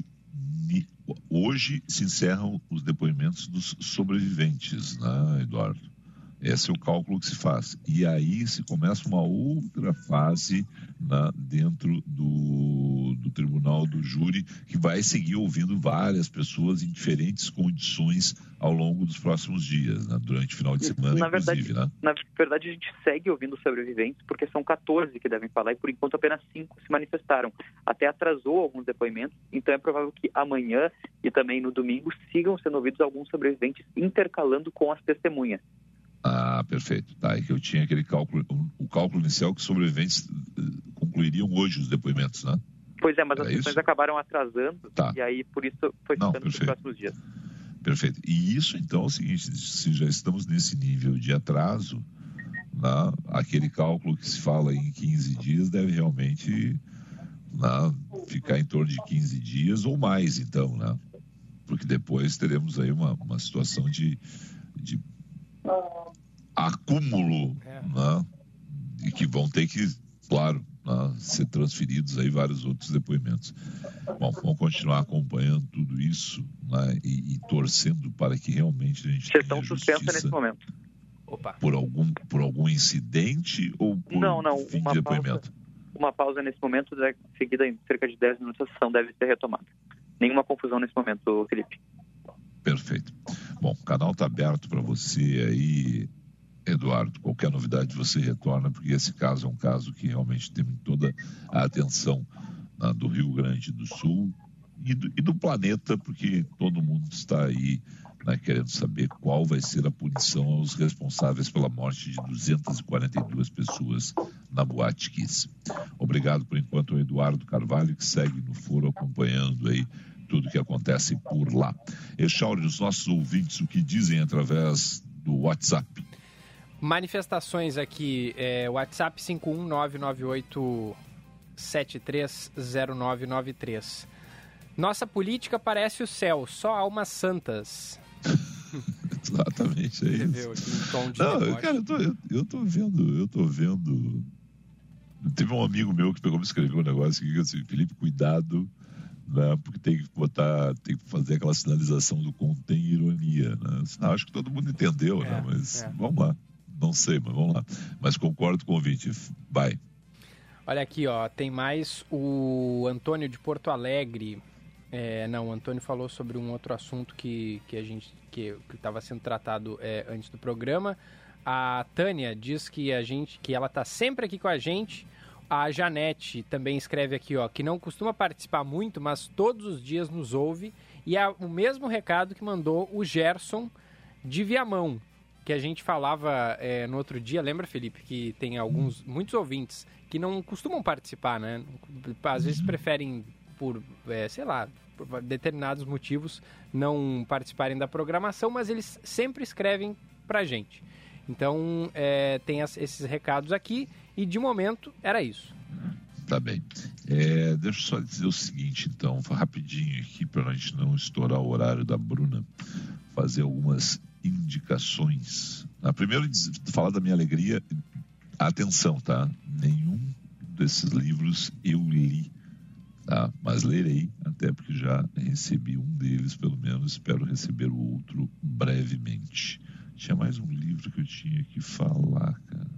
S2: hoje se encerram os depoimentos dos sobreviventes, né, Eduardo? Esse é o cálculo que se faz. E aí se começa uma outra fase na, dentro do, do tribunal do júri, que vai seguir ouvindo várias pessoas em diferentes condições ao longo dos próximos dias, né, durante o final de semana,
S11: na
S2: inclusive.
S11: Verdade,
S2: né?
S11: Na verdade, a gente segue ouvindo sobreviventes, porque são quatorze que devem falar e, por enquanto, apenas cinco se manifestaram. Até atrasou alguns depoimentos, então é provável que amanhã e também no domingo sigam sendo ouvidos alguns sobreviventes intercalando com as testemunhas.
S2: Ah, perfeito. Tá, é que eu tinha aquele cálculo, o cálculo inicial que sobreviventes concluiriam hoje os depoimentos, né?
S11: Pois é, mas
S2: Era
S11: as sessões
S2: isso?
S11: acabaram atrasando,
S2: Tá.
S11: e aí por isso foi
S2: Não,
S11: ficando para os
S2: perfeito.
S11: próximos dias.
S2: Perfeito. E isso, então, é o seguinte, se já estamos nesse nível de atraso, né, aquele cálculo que se fala em quinze dias deve realmente, né, ficar em torno de quinze dias ou mais, então, né? Porque depois teremos aí uma, uma situação de, de acúmulo,
S3: É.
S2: né? E que vão ter que, claro, né, ser transferidos aí vários outros depoimentos. Bom, vamos continuar acompanhando tudo isso, né, e, e torcendo para que realmente a gente
S11: Sessão
S2: tenha
S11: suspensa
S2: justiça
S11: nesse momento.
S3: Opa.
S2: por algum, por algum incidente ou por
S11: Não, não,
S2: fim
S11: uma
S2: de
S11: pausa.
S2: depoimento.
S11: Uma pausa nesse momento, né, seguida em cerca de dez minutos, a sessão deve ser retomada. Nenhuma confusão nesse momento, Felipe.
S2: Perfeito. Bom, o canal está aberto para você aí, Eduardo. Qualquer novidade você retorna, porque esse caso é um caso que realmente tem toda a atenção, né, do Rio Grande do Sul e do, e do planeta, porque todo mundo está aí, né, querendo saber qual vai ser a punição aos responsáveis pela morte de duzentas e quarenta e duas pessoas na Boate Kiss. Obrigado por enquanto ao Eduardo Carvalho, que segue no foro acompanhando aí tudo que acontece por lá. Echauri, os nossos ouvintes, o que dizem através do WhatsApp?
S3: Manifestações aqui, é, WhatsApp cinco um nove nove oito sete três zero nove nove três. Nossa política parece o céu, só almas santas.
S2: Exatamente, é
S3: Escreveu
S2: isso.
S3: aqui em tom de
S2: Não,
S3: deboche.
S2: cara, eu tô, eu, eu tô vendo, eu tô vendo. Teve um amigo meu que pegou e me escreveu um negócio que assim, Felipe, cuidado, né, porque tem que botar, tem que fazer aquela sinalização do contém ironia, né? Ah, acho que todo mundo entendeu,
S3: É,
S2: né? Mas
S3: é.
S2: vamos lá. Não sei, mas vamos lá. Mas concordo com o ouvinte. Vai.
S3: Olha aqui, ó, tem mais o Antônio de Porto Alegre. É, não, o Antônio falou sobre um outro assunto que, que a gente que estava sendo tratado é, antes do programa. A Tânia diz que a gente, que ela está sempre aqui com a gente. A Janete também escreve aqui, ó, que não costuma participar muito, mas todos os dias nos ouve. E é o mesmo recado que mandou o Gerson de Viamão, que a gente falava é, no outro dia. Lembra, Felipe, que tem alguns, muitos ouvintes que não costumam participar, né? Às vezes preferem, por, é, sei lá, por determinados motivos, não participarem da programação, mas eles sempre escrevem pra gente. Então, é, tem as, esses recados aqui e, de momento, era isso.
S2: Tá bem. É, deixa eu só dizer o seguinte, então, rapidinho aqui, para a gente não estourar o horário da Bruna, fazer algumas indicações. Ah, primeiro, falar da minha alegria. Atenção, tá? Nenhum desses livros eu li, tá? Mas lerei, até porque já recebi um deles, pelo menos. Espero receber o outro brevemente. Tinha mais um livro que eu tinha que falar, cara.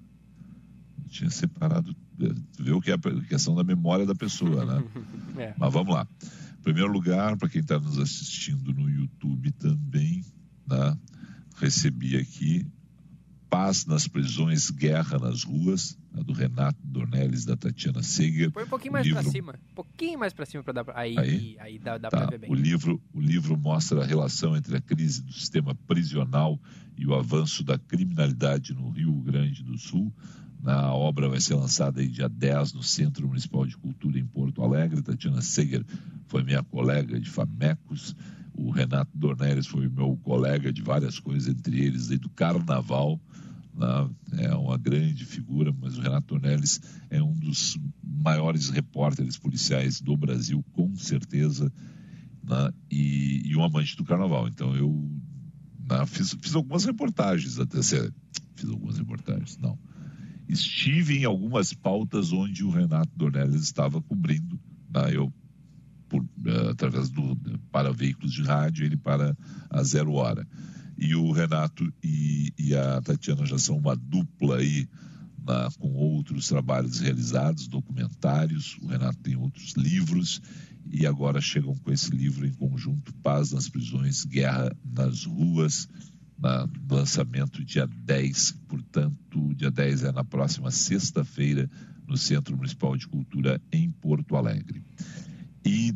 S2: Eu tinha separado. Vê o que é a questão da memória da pessoa, né?
S3: É.
S2: Mas vamos lá. Em primeiro lugar, para quem está nos assistindo no YouTube também, né? Recebi aqui Paz nas Prisões, Guerra nas Ruas, a do Renato Dornelles, da Tatiana Seger.
S3: Põe um pouquinho mais
S2: livro...
S3: pra cima. Um pouquinho mais pra cima pra dar pra... Aí,
S2: Aí?
S3: aí dá, dá
S2: Tá.
S3: pra ver bem.
S2: O livro, o livro mostra a relação entre a crise do sistema prisional e o avanço da criminalidade no Rio Grande do Sul. A obra vai ser lançada aí dia dez no Centro Municipal de Cultura em Porto Alegre. Tatiana Seger foi minha colega de Famecos. O Renato Dornelles foi meu colega de várias coisas, entre eles aí do Carnaval. Né? É uma grande figura, mas o Renato Dornelles é um dos maiores repórteres policiais do Brasil, com certeza, né? e, e um amante do Carnaval. Então eu né, fiz, fiz algumas reportagens, até fiz algumas reportagens, não. Estive em algumas pautas onde o Renato Dornelles estava cobrindo, né? Eu por, uh, através do para veículos de rádio, ele para a Zero Hora. E o Renato e, e a Tatiana já são uma dupla aí, na, com outros trabalhos realizados, documentários. O Renato tem outros livros e agora chegam com esse livro em conjunto, Paz nas Prisões, Guerra nas Ruas, na lançamento dia dez. Portanto, dia dez é na próxima sexta-feira, no Centro Municipal de Cultura em Porto Alegre. E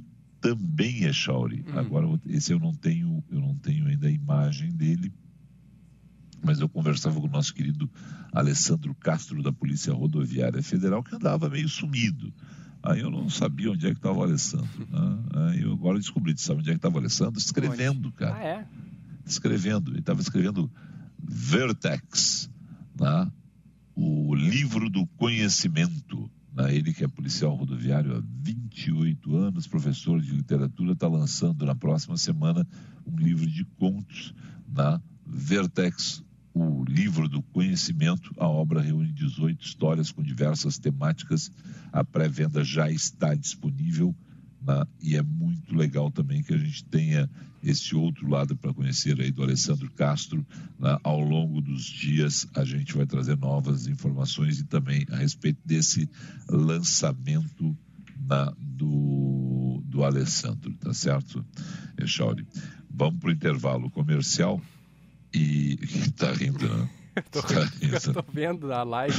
S2: também, Echauri. Hum. Agora, esse eu não tenho, eu não tenho ainda a imagem dele, mas eu conversava com o nosso querido Alessandro Castro, da Polícia Rodoviária Federal, que andava meio sumido. Aí eu não sabia onde é que estava o Alessandro. Né? Aí eu agora descobri, sabe onde é que estava o Alessandro? Escrevendo, cara.
S3: Ah, é?
S2: Escrevendo. Ele estava escrevendo Vertex, né? O livro do conhecimento. Né? Ele que é policial rodoviário há vinte e oito anos, professor de literatura, está lançando na próxima semana um livro de contos na Vertex, o livro do conhecimento. A obra reúne dezoito histórias com diversas temáticas. A pré-venda já está disponível, né? E é muito legal também que a gente tenha esse outro lado para conhecer aí do Alessandro Castro. Né? Ao longo dos dias a gente vai trazer novas informações e também a respeito desse lançamento, né, do, do Alessandro, tá certo, Echauri? Vamos para o intervalo comercial. E tá rindo, né?
S3: tô,
S2: tá rindo.
S3: Eu tô vendo a live.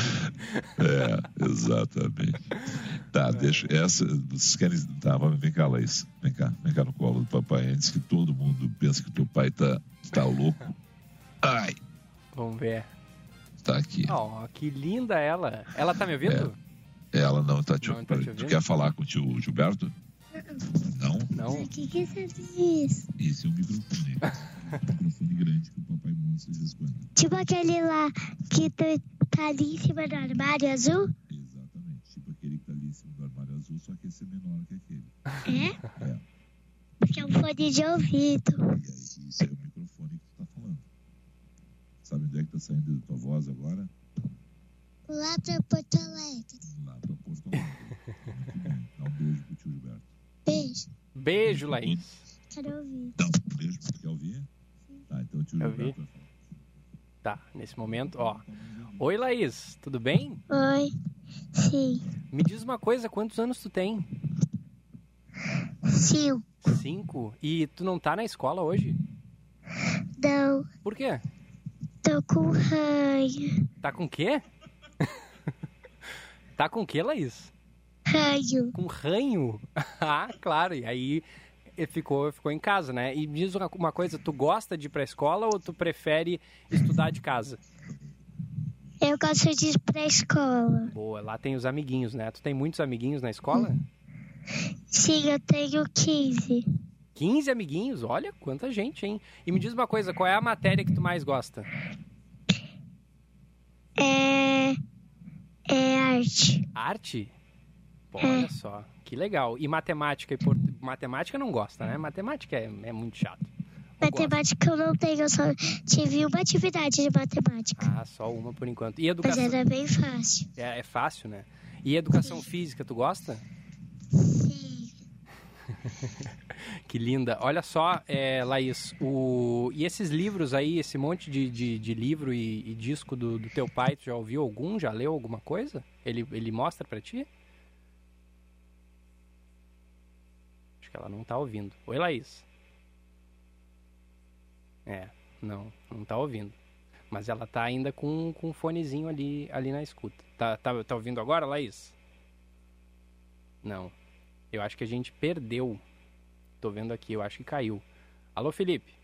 S2: É, exatamente. Tá, é. deixa essa. Vocês querem. Tá, vem cá, Laís. Vem cá, vem cá no colo do papai. Antes que todo mundo pense que teu pai tá, tá louco. Ai!
S3: Vamos ver.
S2: Tá aqui.
S3: Ó, oh, que linda ela. Ela tá me ouvindo?
S2: É. Ela não tá te,
S3: não, tá te ouvindo.
S2: Tu quer falar com o tio Gilberto? Não?
S3: Não.
S14: O que que você diz?
S2: Isso é um microfone. Um microfone grande que o papai monta de vez em quando.
S14: Tipo aquele lá que tá ali em cima do armário azul?
S2: Exatamente. Tipo aquele que tá ali em cima do armário azul, só que esse é menor que aquele.
S14: É?
S2: É.
S14: Porque é um fone de ouvido.
S2: E aí, isso é o microfone que tu tá falando. Sabe onde é que tá saindo a tua voz agora?
S14: Lá pra Porto Alegre.
S2: Lá pra Porto Alegre. Muito bem. Dá um beijo pro tio Gilberto.
S14: Beijo.
S3: Beijo, Laís.
S14: Quero ouvir.
S2: Dá um beijo. Tu quer ouvir? Sim. Tá, então o tio
S3: Quer
S2: Gilberto
S3: ouvir?
S2: vai falar.
S3: Tá, nesse momento, ó. Oi, Laís, tudo bem?
S14: Oi. Sim.
S3: Me diz uma coisa, quantos anos tu tem?
S14: Cinco.
S3: Cinco? E tu não tá na escola hoje?
S14: Não.
S3: Por quê?
S14: Tô com ranho.
S3: Tá com o quê? Tá com o quê, Laís?
S14: Ranho.
S3: Com ranho? Ah, claro, e aí ficou, ficou em casa, né? E me diz uma coisa, tu gosta de ir pra escola ou tu prefere estudar de casa?
S14: Eu gosto de ir pra escola.
S3: Boa, lá tem os amiguinhos, né? Tu tem muitos amiguinhos na escola?
S14: Sim, eu tenho quinze.
S3: quinze amiguinhos? Olha, quanta gente, hein? E me diz uma coisa, qual é a matéria que tu mais gosta?
S14: É... É arte.
S3: Arte? Pô, olha só, que legal. E matemática? E por... Matemática não gosta, né? Matemática é, é muito chato. Ou
S14: matemática gosta? Eu não tenho, eu só tive uma atividade de matemática.
S3: Ah, só uma por enquanto. E educação?
S14: Mas era bem fácil.
S3: É, é fácil, né? E educação Sim. física, tu gosta?
S14: Sim.
S3: Que linda. Olha só, é, Laís, o... e esses livros aí, esse monte de, de, de livro e, e disco do, do teu pai, tu já ouviu algum? Já leu alguma coisa? Ele, ele mostra pra ti? Acho que ela não tá ouvindo. Oi, Laís. É, não, não tá ouvindo. Mas ela tá ainda com, com um fonezinho ali, ali na escuta. Tá, tá, tá ouvindo agora, Laís? Não. Eu acho que a gente perdeu. Tô vendo aqui, eu acho que caiu. Alô, Felipe?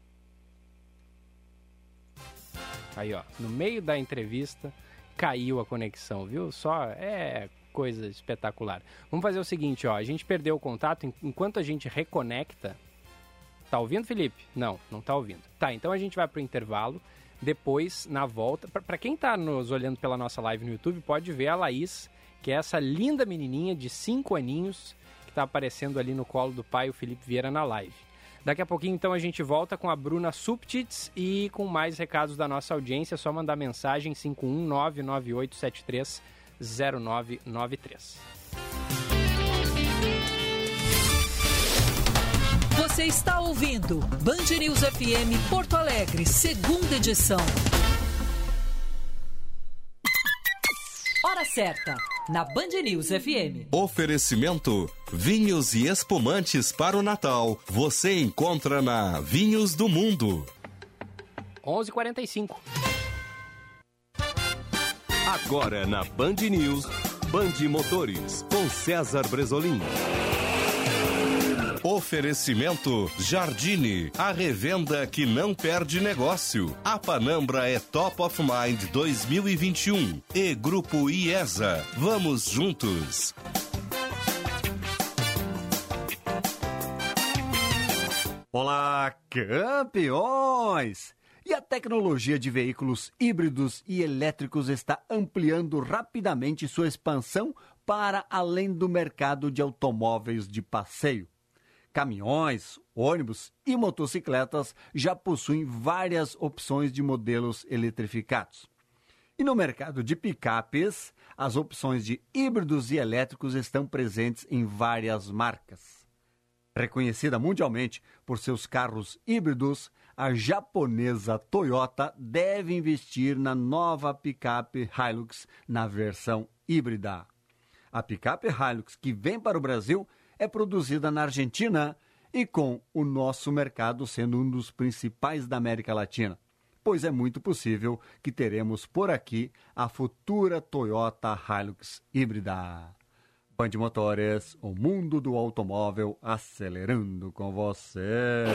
S3: Aí, ó, no meio da entrevista, caiu a conexão, viu? Só é coisa espetacular. Vamos fazer o seguinte, ó, a gente perdeu o contato, enquanto a gente reconecta... Tá ouvindo, Felipe? Não, não tá ouvindo. Tá, então a gente vai pro intervalo, depois, na volta... Pra, pra quem tá nos olhando pela nossa live no YouTube, pode ver a Laís, que é essa linda menininha de cinco aninhos, que tá aparecendo ali no colo do pai, o Felipe Vieira, na live. Daqui a pouquinho, então, a gente volta com a Bruna Subtits e com mais recados da nossa audiência. É só mandar mensagem cinco um nove nove oito sete três zero nove nove três.
S1: Você está ouvindo Band News F M Porto Alegre, segunda edição. Hora certa, na Band News F M.
S4: Oferecimento: vinhos e espumantes para o Natal. Você encontra na Vinhos do Mundo.
S3: onze e quarenta e cinco.
S4: Agora na Band News, Band Motores, com César Bresolim. Oferecimento Jardine, a revenda que não perde negócio. A Panambra é Top of Mind dois mil e vinte e um e Grupo IESA. Vamos juntos.
S15: Olá, campeões! E a tecnologia de veículos híbridos e elétricos está ampliando rapidamente sua expansão para além do mercado de automóveis de passeio. Caminhões, ônibus e motocicletas já possuem várias opções de modelos eletrificados. E no mercado de picapes, as opções de híbridos e elétricos estão presentes em várias marcas. Reconhecida mundialmente por seus carros híbridos, a japonesa Toyota deve investir na nova picape Hilux na versão híbrida. A picape Hilux que vem para o Brasil é produzida na Argentina e com o nosso mercado sendo um dos principais da América Latina, pois é muito possível que teremos por aqui a futura Toyota Hilux híbrida. Band Motores, o mundo do automóvel acelerando com você.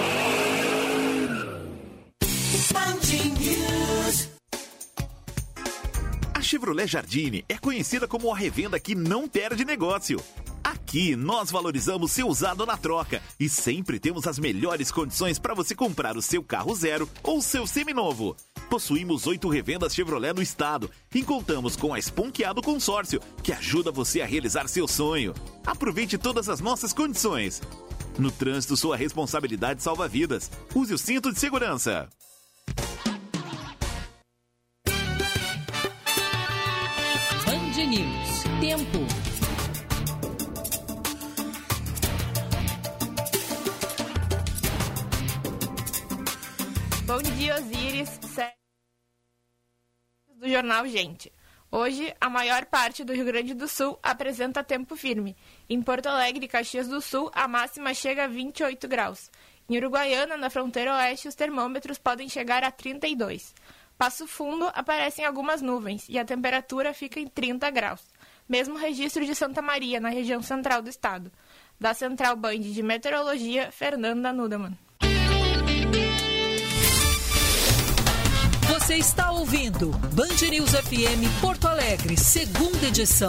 S6: A Chevrolet Jardine é conhecida como a revenda que não perde negócio. Aqui nós valorizamos seu usado na troca e sempre temos as melhores condições para você comprar o seu carro zero ou seu seminovo. Possuímos oito revendas Chevrolet no estado e contamos com a Esponqueado Consórcio, que ajuda você a realizar seu sonho. Aproveite todas as nossas condições. No trânsito, sua responsabilidade salva vidas. Use o cinto de segurança.
S1: Band News. Tempo.
S16: Bom dia, Osíris, do Jornal Gente. Hoje, a maior parte do Rio Grande do Sul apresenta tempo firme. Em Porto Alegre e Caxias do Sul, a máxima chega a vinte e oito graus. Em Uruguaiana, na fronteira oeste, os termômetros podem chegar a trinta e dois. Passo Fundo, aparecem algumas nuvens e a temperatura fica em trinta graus. Mesmo registro de Santa Maria, na região central do estado. Da Central Band de Meteorologia, Fernanda Nudemann.
S1: Você está ouvindo Band News F M Porto Alegre, segunda edição.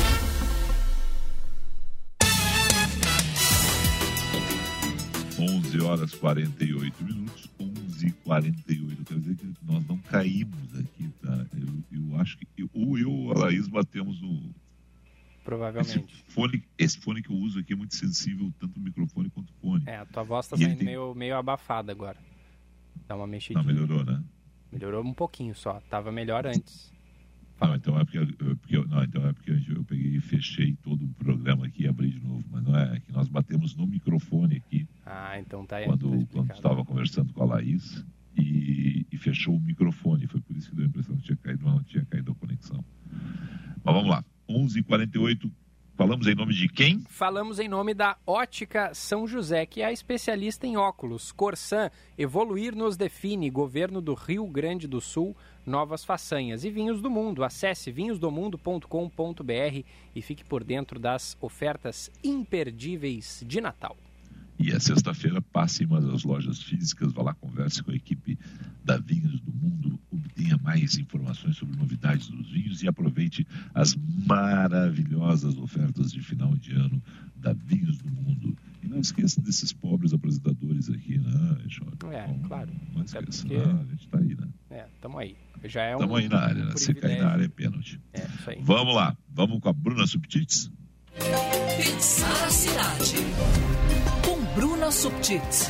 S2: onze horas e quarenta e oito minutos, onze e quarenta e oito. Quer dizer que nós não caímos aqui, tá? Eu, eu acho que eu, ou eu ou a Laís batemos no...
S3: Provavelmente.
S2: Esse fone, esse fone que eu uso aqui é muito sensível, tanto o microfone quanto o fone.
S3: É, a tua voz está
S2: E
S3: saindo
S2: ele tem-
S3: meio, meio abafada agora. Dá uma mexidinha.
S2: Não, melhorou, né?
S3: Melhorou um pouquinho só. Tava melhor antes.
S2: Não, então é porque, eu- porque eu, não, então é porque eu peguei e fechei todo o programa aqui e abri de novo. Mas não é, é que nós batemos no microfone aqui
S3: Ah, então tá aí.
S2: quando,
S3: tá
S2: quando
S3: explicado.
S2: estava conversando com a Laís e, e fechou o microfone. Foi por isso que deu a impressão que tinha caído, mas não tinha caído a conexão. Mas vamos lá. onze e quarenta e oito. Falamos em nome de quem?
S3: Falamos em nome da Ótica São José, que é a especialista em óculos. Corsan, evoluir nos define. Governo do Rio Grande do Sul, novas façanhas. E Vinhos do Mundo. Acesse vinhos do mundo ponto com ponto b r e fique por dentro das ofertas imperdíveis de Natal.
S2: E é sexta-feira, passe em uma das lojas físicas, vá lá, converse com a equipe da Vinhos do Mundo, obtenha mais informações sobre novidades dos vinhos e aproveite as maravilhosas ofertas de final de ano da Vinhos do Mundo. E não esqueça desses pobres apresentadores aqui, né, Jorge?
S3: É,
S2: Não,
S3: claro.
S2: Não
S3: Até
S2: esqueça,
S3: porque-
S2: né? A gente tá aí, né?
S3: É, tamo aí. Já é um
S2: Estamos aí na área, né?
S3: um
S2: Se cair na área é pênalti.
S3: É, isso aí.
S2: Vamos lá, vamos com a Bruna Subtits.
S1: Pensar a cidade. Com Bruna Subtits.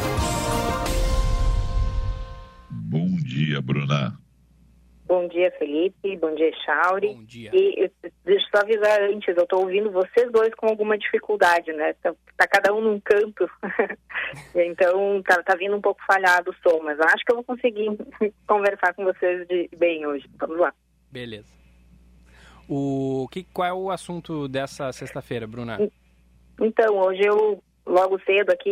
S2: Bom dia, Bruna.
S17: Bom dia, Felipe. Bom dia, Chauri.
S3: Bom dia.
S17: E eu- deixa eu só avisar antes, eu estou ouvindo vocês dois com alguma dificuldade, né? Tá, tá cada um num canto. Então, tá, tá vindo um pouco falhado o som, mas acho que eu vou conseguir conversar com vocês de, bem hoje. Vamos lá.
S3: Beleza. O que, qual é o assunto dessa sexta-feira, Bruna?
S17: Então, hoje eu, logo cedo aqui,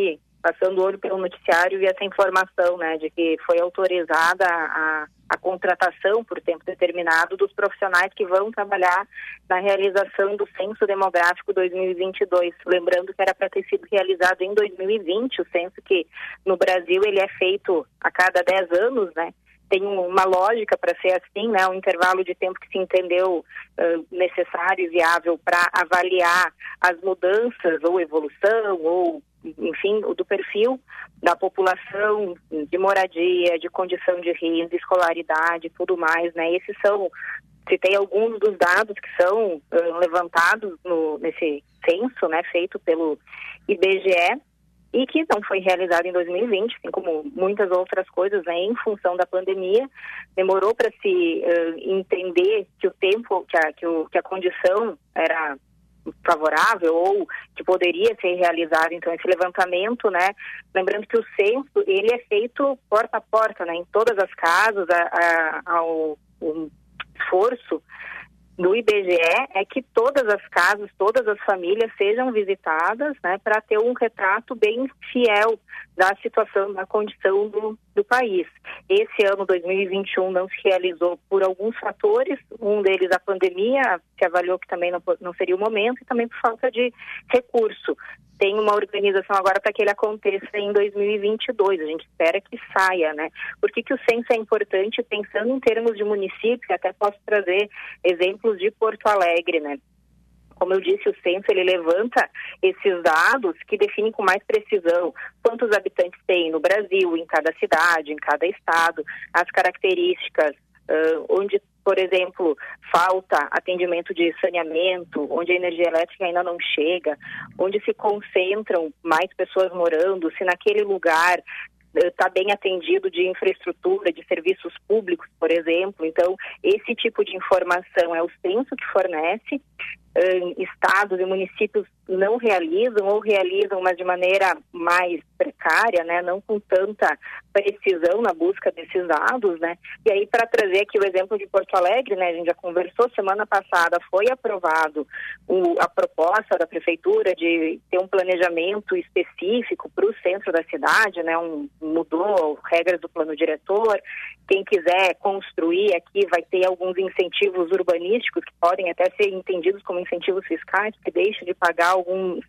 S17: passando o olho pelo noticiário, vi essa informação, né, de que foi autorizada a, a contratação por tempo determinado dos profissionais que vão trabalhar na realização do Censo Demográfico dois mil e vinte e dois. Lembrando que era para ter sido realizado em dois mil e vinte, o censo que no Brasil ele é feito a cada dez anos, né? Tem uma lógica para ser assim, né? Um intervalo de tempo que se entendeu uh, necessário e viável para avaliar as mudanças ou evolução ou, enfim, do perfil da população, de moradia, de condição de renda, escolaridade, tudo mais, né? Esses são, citei alguns dos dados que são uh, levantados no, nesse censo, né? Feito pelo I B G E. E que não foi realizado em dois mil e vinte, assim como muitas outras coisas, né, em função da pandemia. Demorou para se uh, entender que o tempo, que a, que, o, que a condição era favorável ou que poderia ser realizado, então, esse levantamento, né, lembrando que o censo, ele é feito porta a porta, né, em todas as casas, a, a, ao o esforço do I B G E é que todas as casas, todas as famílias sejam visitadas, né, para ter um retrato bem fiel da situação, da condição do, do país. Esse ano, dois mil e vinte e um, não se realizou por alguns fatores, um deles a pandemia, se avaliou que também não, não seria o momento, e também por falta de recurso. Tem uma organização agora para que ele aconteça em dois mil e vinte e dois, a gente espera que saia, né? Por que que o censo é importante? Pensando em termos de município, até posso trazer exemplos de Porto Alegre, né? Como eu disse, o censo, ele levanta esses dados que definem com mais precisão quantos habitantes tem no Brasil, em cada cidade, em cada estado, as características, uh, onde, por exemplo, falta atendimento de saneamento, onde a energia elétrica ainda não chega, onde se concentram mais pessoas morando, se naquele lugar está bem atendido de infraestrutura, de serviços públicos, por exemplo. Então, esse tipo de informação é o censo que fornece. Uh, estados e municípios não realizam ou realizam, mas de maneira mais precária, né, não com tanta precisão na busca desses dados, né. E aí, para trazer aqui o exemplo de Porto Alegre, né, a gente já conversou, semana passada foi aprovado o, a proposta da prefeitura de ter um planejamento específico para o centro da cidade, né, um, mudou regras do plano diretor. Quem quiser construir aqui vai ter alguns incentivos urbanísticos que podem até ser entendidos como incentivos fiscais, que deixa de pagar alguns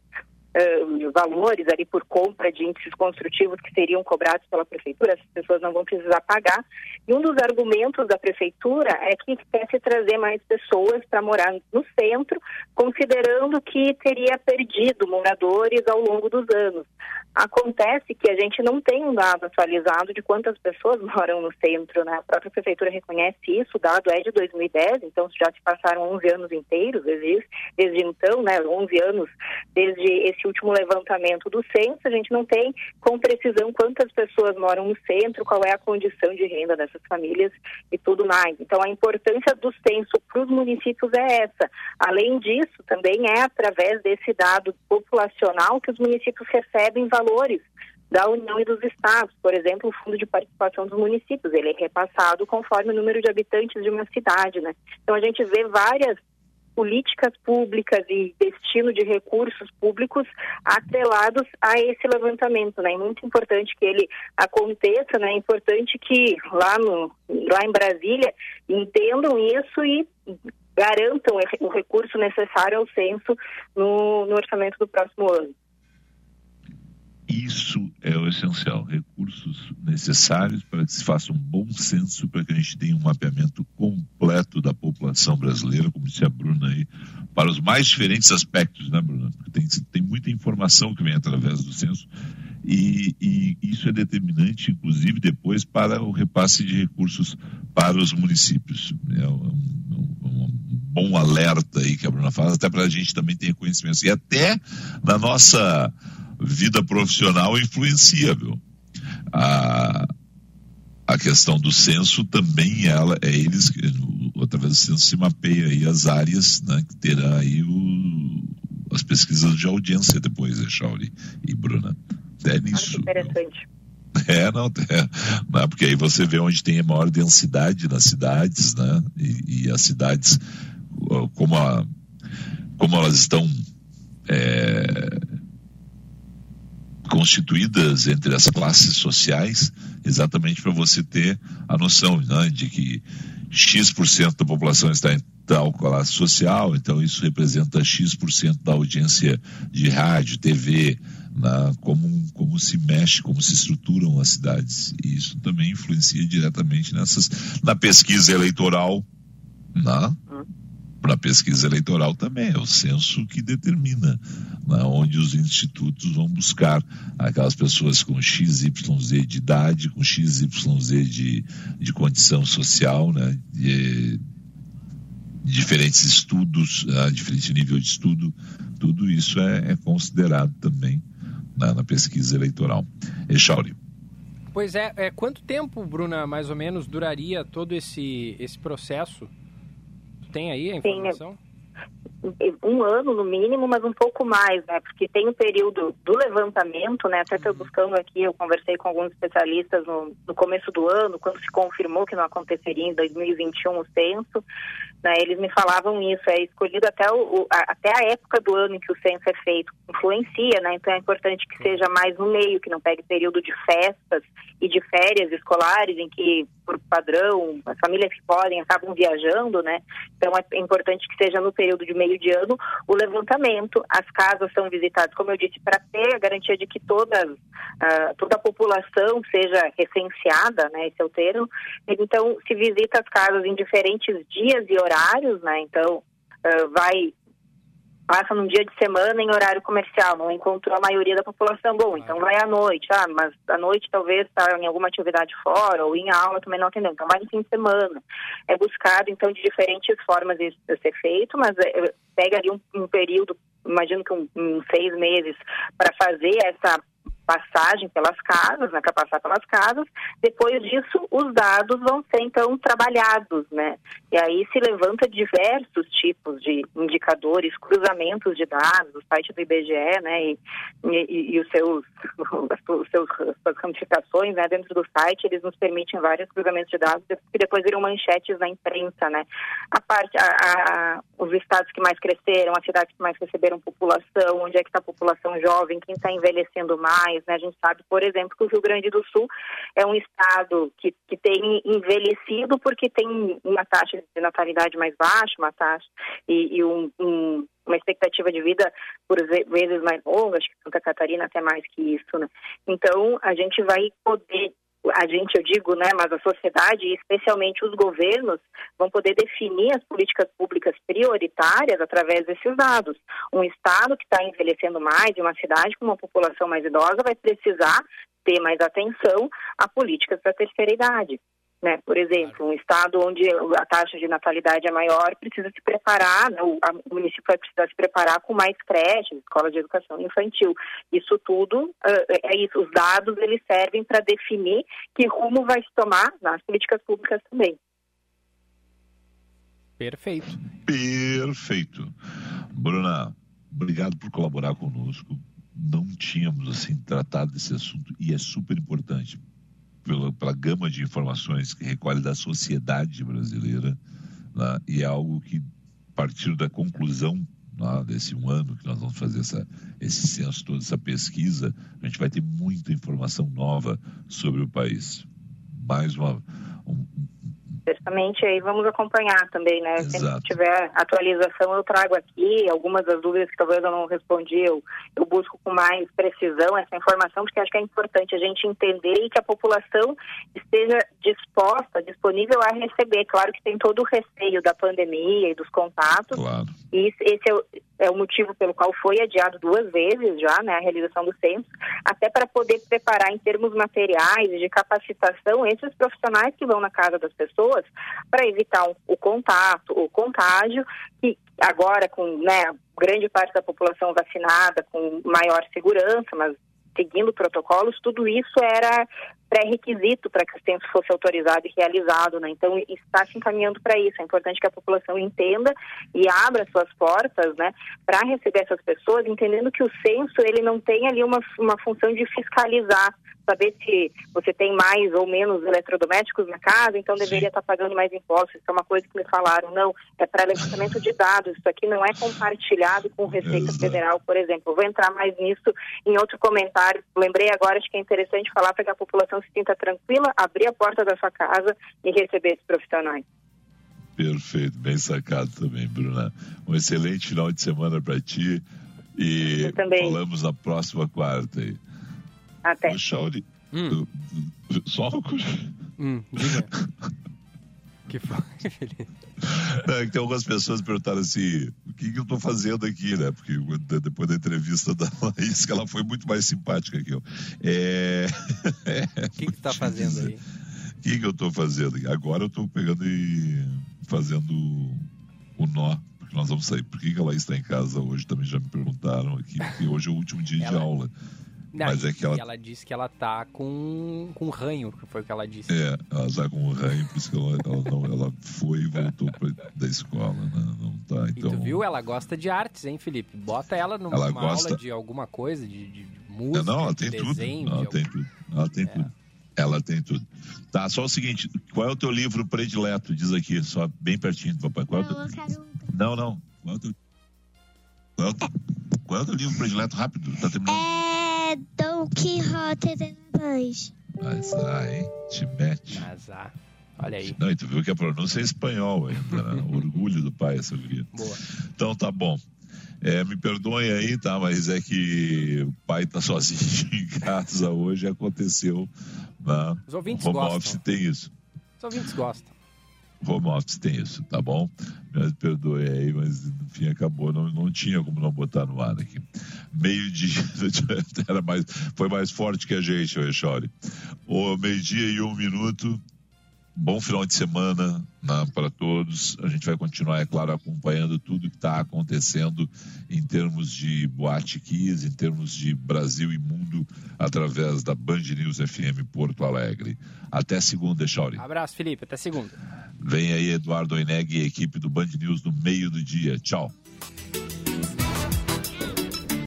S17: uh, valores ali por compra de índices construtivos que seriam cobrados pela prefeitura, as pessoas não vão precisar pagar. E um dos argumentos da prefeitura é que quer se trazer mais pessoas para morar no centro, considerando que teria perdido moradores ao longo dos anos. Acontece que a gente não tem um dado atualizado de quantas pessoas moram no centro, né? A própria prefeitura reconhece isso, o dado é de dois mil e dez, então já se passaram onze anos inteiros, desde, desde então, né, onze anos desde esse último levantamento do censo, a gente não tem com precisão quantas pessoas moram no centro, qual é a condição de renda dessas famílias e tudo mais. Então, a importância do censo para os municípios é essa. Além disso, também é através desse dado populacional que os municípios recebem valores da União e dos estados. Por exemplo, o Fundo de Participação dos Municípios, ele é repassado conforme o número de habitantes de uma cidade, né? Então, a gente vê várias políticas públicas e destino de recursos públicos atrelados a esse levantamento, né? É muito importante que ele aconteça, né? É importante que lá, no, lá em Brasília entendam isso e garantam o recurso necessário ao censo no, no orçamento do próximo ano.
S2: Isso é o essencial, recursos necessários para que se faça um bom censo, para que a gente tenha um mapeamento completo da população brasileira, como disse a Bruna aí, para os mais diferentes aspectos, né, Bruna? Porque tem, tem muita informação que vem através do censo e, e isso é determinante, inclusive, depois para o repasse de recursos para os municípios. É um, um, um bom alerta aí que a Bruna faz, até para a gente também ter conhecimento. E até na nossa vida profissional influencia, viu? A, a questão do censo também, ela, é eles, através do censo se mapeia aí as áreas, né, que terá aí o, as pesquisas de audiência depois, né, Shauli e Bruna? É nisso.
S17: Ah, interessante.
S2: É, não, é, não, porque aí você vê onde tem a maior densidade nas cidades, né, e, e as cidades, como, a, como elas estão é, constituídas entre as classes sociais, exatamente para você ter a noção, né, de que X por cento da população está em tal classe social, então isso representa X por cento da audiência de rádio, T V, né, como, como se mexe, como se estruturam as cidades. E isso também influencia diretamente nessas, na pesquisa eleitoral, né? Para a pesquisa eleitoral também, é o censo que determina, né, onde os institutos vão buscar aquelas pessoas com X Y Z de idade, com X Y Z de, de condição social, né, de, de diferentes estudos, uh, diferente nível de estudo, tudo isso é, é considerado também, né, na pesquisa eleitoral. Echauri.
S3: Pois é, é, quanto tempo, Bruna, mais ou menos, duraria todo esse, esse processo? Tem aí a informação?
S17: Sim, um ano no mínimo, mas um pouco mais, né? Porque tem o período do levantamento, né? Até estou buscando aqui, eu conversei com alguns especialistas no, no começo do ano, quando se confirmou que não aconteceria em dois mil e vinte e um o censo, né? Eles me falavam isso, é escolhido até, o, a, até a época do ano em que o censo é feito, influencia, né? Então é importante que seja mais no meio, que não pegue período de festas e de férias escolares, em que, por padrão, as famílias que podem acabam viajando, né? Então é importante que seja no período de meio de ano o levantamento. As casas são visitadas, como eu disse, para ter a garantia de que todas, uh, toda a população seja recenseada, né? Esse é o termo. Então se visita as casas em diferentes dias e horários, né? Então uh, vai... passa num dia de semana em horário comercial, não encontrou a maioria da população, bom, então vai à noite, ah, mas à noite talvez está em alguma atividade fora, ou em aula também não atendeu, então vai no fim de semana. É buscado, então, de diferentes formas isso de ser feito, mas é, pega ali um, um período, imagino que um, um seis meses, para fazer essa passagem pelas casas, né, para passar pelas casas. Depois disso, os dados vão ser, então, trabalhados, né? E aí se levanta diversos tipos de indicadores, cruzamentos de dados, o site do I B G E, né, e, e, e os seus, os seus, as ramificações, né, dentro do site, eles nos permitem vários cruzamentos de dados que depois viram manchetes na imprensa, né? A parte, a, a, os estados que mais cresceram, as cidades que mais receberam população, onde é que está a população jovem, quem está envelhecendo mais, né? A gente sabe, por exemplo, que o Rio Grande do Sul é um estado que, que tem envelhecido porque tem uma taxa de natalidade mais baixa, uma taxa e, e um, um, uma expectativa de vida por vezes mais longa, acho que Santa Catarina até mais que isso, né? Então, a gente vai poder, a gente, eu digo, né, mas a sociedade, e especialmente os governos, vão poder definir as políticas públicas prioritárias através desses dados. Um estado que está envelhecendo mais e uma cidade com uma população mais idosa vai precisar ter mais atenção a políticas para a terceira idade. Né? Por exemplo, um estado onde a taxa de natalidade é maior precisa se preparar, né? o, a, o município vai precisar se preparar com mais creches, escolas de educação infantil. Isso tudo, uh, é isso, os dados eles servem para definir que rumo vai se tomar nas políticas públicas também.
S3: Perfeito.
S2: Perfeito. Bruna, obrigado por colaborar conosco. Não tínhamos assim tratado desse assunto e é super importante. Pela, pela gama de informações que recolhe da sociedade brasileira, né? E é algo que, a partir da conclusão, né, desse um ano que nós vamos fazer essa, esse censo, toda essa pesquisa, a gente vai ter muita informação nova sobre o país. Mais uma... Um,
S17: Certamente, aí vamos acompanhar também, né?
S2: Exato.
S17: Sempre que tiver atualização, eu trago aqui. Algumas das dúvidas que talvez eu não respondi, eu, eu busco com mais precisão essa informação, porque acho que é importante a gente entender e que a população esteja disposta, disponível a receber. Claro que tem todo o receio da pandemia e dos contatos.
S2: Claro.
S17: E esse é o, é o motivo pelo qual foi adiado duas vezes já, né, a realização do censo, até para poder preparar em termos materiais e de capacitação esses profissionais que vão na casa das pessoas para evitar o contato, o contágio, e agora com, né, grande parte da população vacinada, com maior segurança, mas seguindo protocolos, tudo isso era pré-requisito para que o censo fosse autorizado e realizado, né? Então, está se encaminhando para isso. É importante que a população entenda e abra suas portas, né, para receber essas pessoas, entendendo que o censo, ele não tem ali uma, uma função de fiscalizar, saber se você tem mais ou menos eletrodomésticos na casa, então deveria estar pagando mais impostos. Isso é uma coisa que me falaram. Não, é para levantamento de dados. Isso aqui não é compartilhado com Receita
S2: Exato.
S17: Federal, por exemplo. Eu vou entrar mais nisso em outro comentário. Lembrei agora, acho que é interessante falar para que a população se sinta tranquila, abrir a porta da sua casa e receber esses profissionais.
S2: Perfeito, bem sacado também, Bruna. Um excelente final de semana para ti e falamos na próxima quarta aí.
S17: Até.
S2: Ô, Shauri,
S3: hum.
S2: só uma coisa.
S3: Hum, diga. Que foi, Felipe?
S2: É, que tem algumas pessoas que perguntaram assim, o que, que eu tô fazendo aqui, né? Porque depois da entrevista da Laís, que ela foi muito mais simpática que eu. É...
S3: O que que tu tá fazendo
S2: dizer.
S3: aí?
S2: O que que eu tô fazendo aqui? Agora eu tô pegando e fazendo o nó, porque nós vamos sair. Por que que a Laís está em casa hoje? Também já me perguntaram aqui, porque hoje é o último dia
S3: ela...
S2: de aula.
S3: Não,
S2: Mas é que ela...
S3: ela disse que ela tá com, com ranho, que foi o que ela disse.
S2: É, ela tá com ranho, por isso que ela, ela, não, ela foi e voltou pra, da escola, né? Não tá, então...
S3: E tu viu? Ela gosta de artes, hein, Felipe? Bota ela numa
S2: ela gosta...
S3: aula de alguma coisa, de, de, de música,
S2: não, ela tem
S3: de
S2: tudo.
S3: desenho.
S2: Ela
S3: de
S2: tem
S3: algum...
S2: tudo. Ela tem é. tudo. Ela tem tudo. Tá, só o seguinte, qual é o teu livro predileto? Diz aqui, só bem pertinho do papai. Qual é o teu...
S14: Eu quero...
S2: Não, não. Qual é o teu... Qual é o teu... Qual é o teu livro predileto? Rápido, tá terminando.
S14: É Dom Quixote de la Mancha.
S2: Azar, hein? Te mete.
S3: Azar. Olha aí.
S2: Não, e tu viu que a pronúncia é espanhol ainda, né? Orgulho do pai, essa guria.
S3: Boa.
S2: Então tá bom. É, me perdoem aí, tá? Mas é que o pai tá sozinho em casa hoje e aconteceu. Né?
S3: Os ouvintes
S2: Home
S3: gostam.
S2: office tem isso.
S3: Os ouvintes gostam.
S2: Home office tem isso, tá bom? Me perdoe aí, mas no fim acabou, não, não tinha como não botar no ar aqui. Meio-dia, era mais, foi mais forte que a gente, o Echori. O meio-dia e um minuto, bom final de semana, né, para todos. A gente vai continuar, é claro, acompanhando tudo que está acontecendo em termos de Boate Kiss, em termos de Brasil e mundo, através da Band News F M Porto Alegre. Até segunda, Echori.
S3: Abraço, Felipe. Até segunda.
S2: Vem aí Eduardo Oineg e a equipe do Band News no meio do dia. Tchau.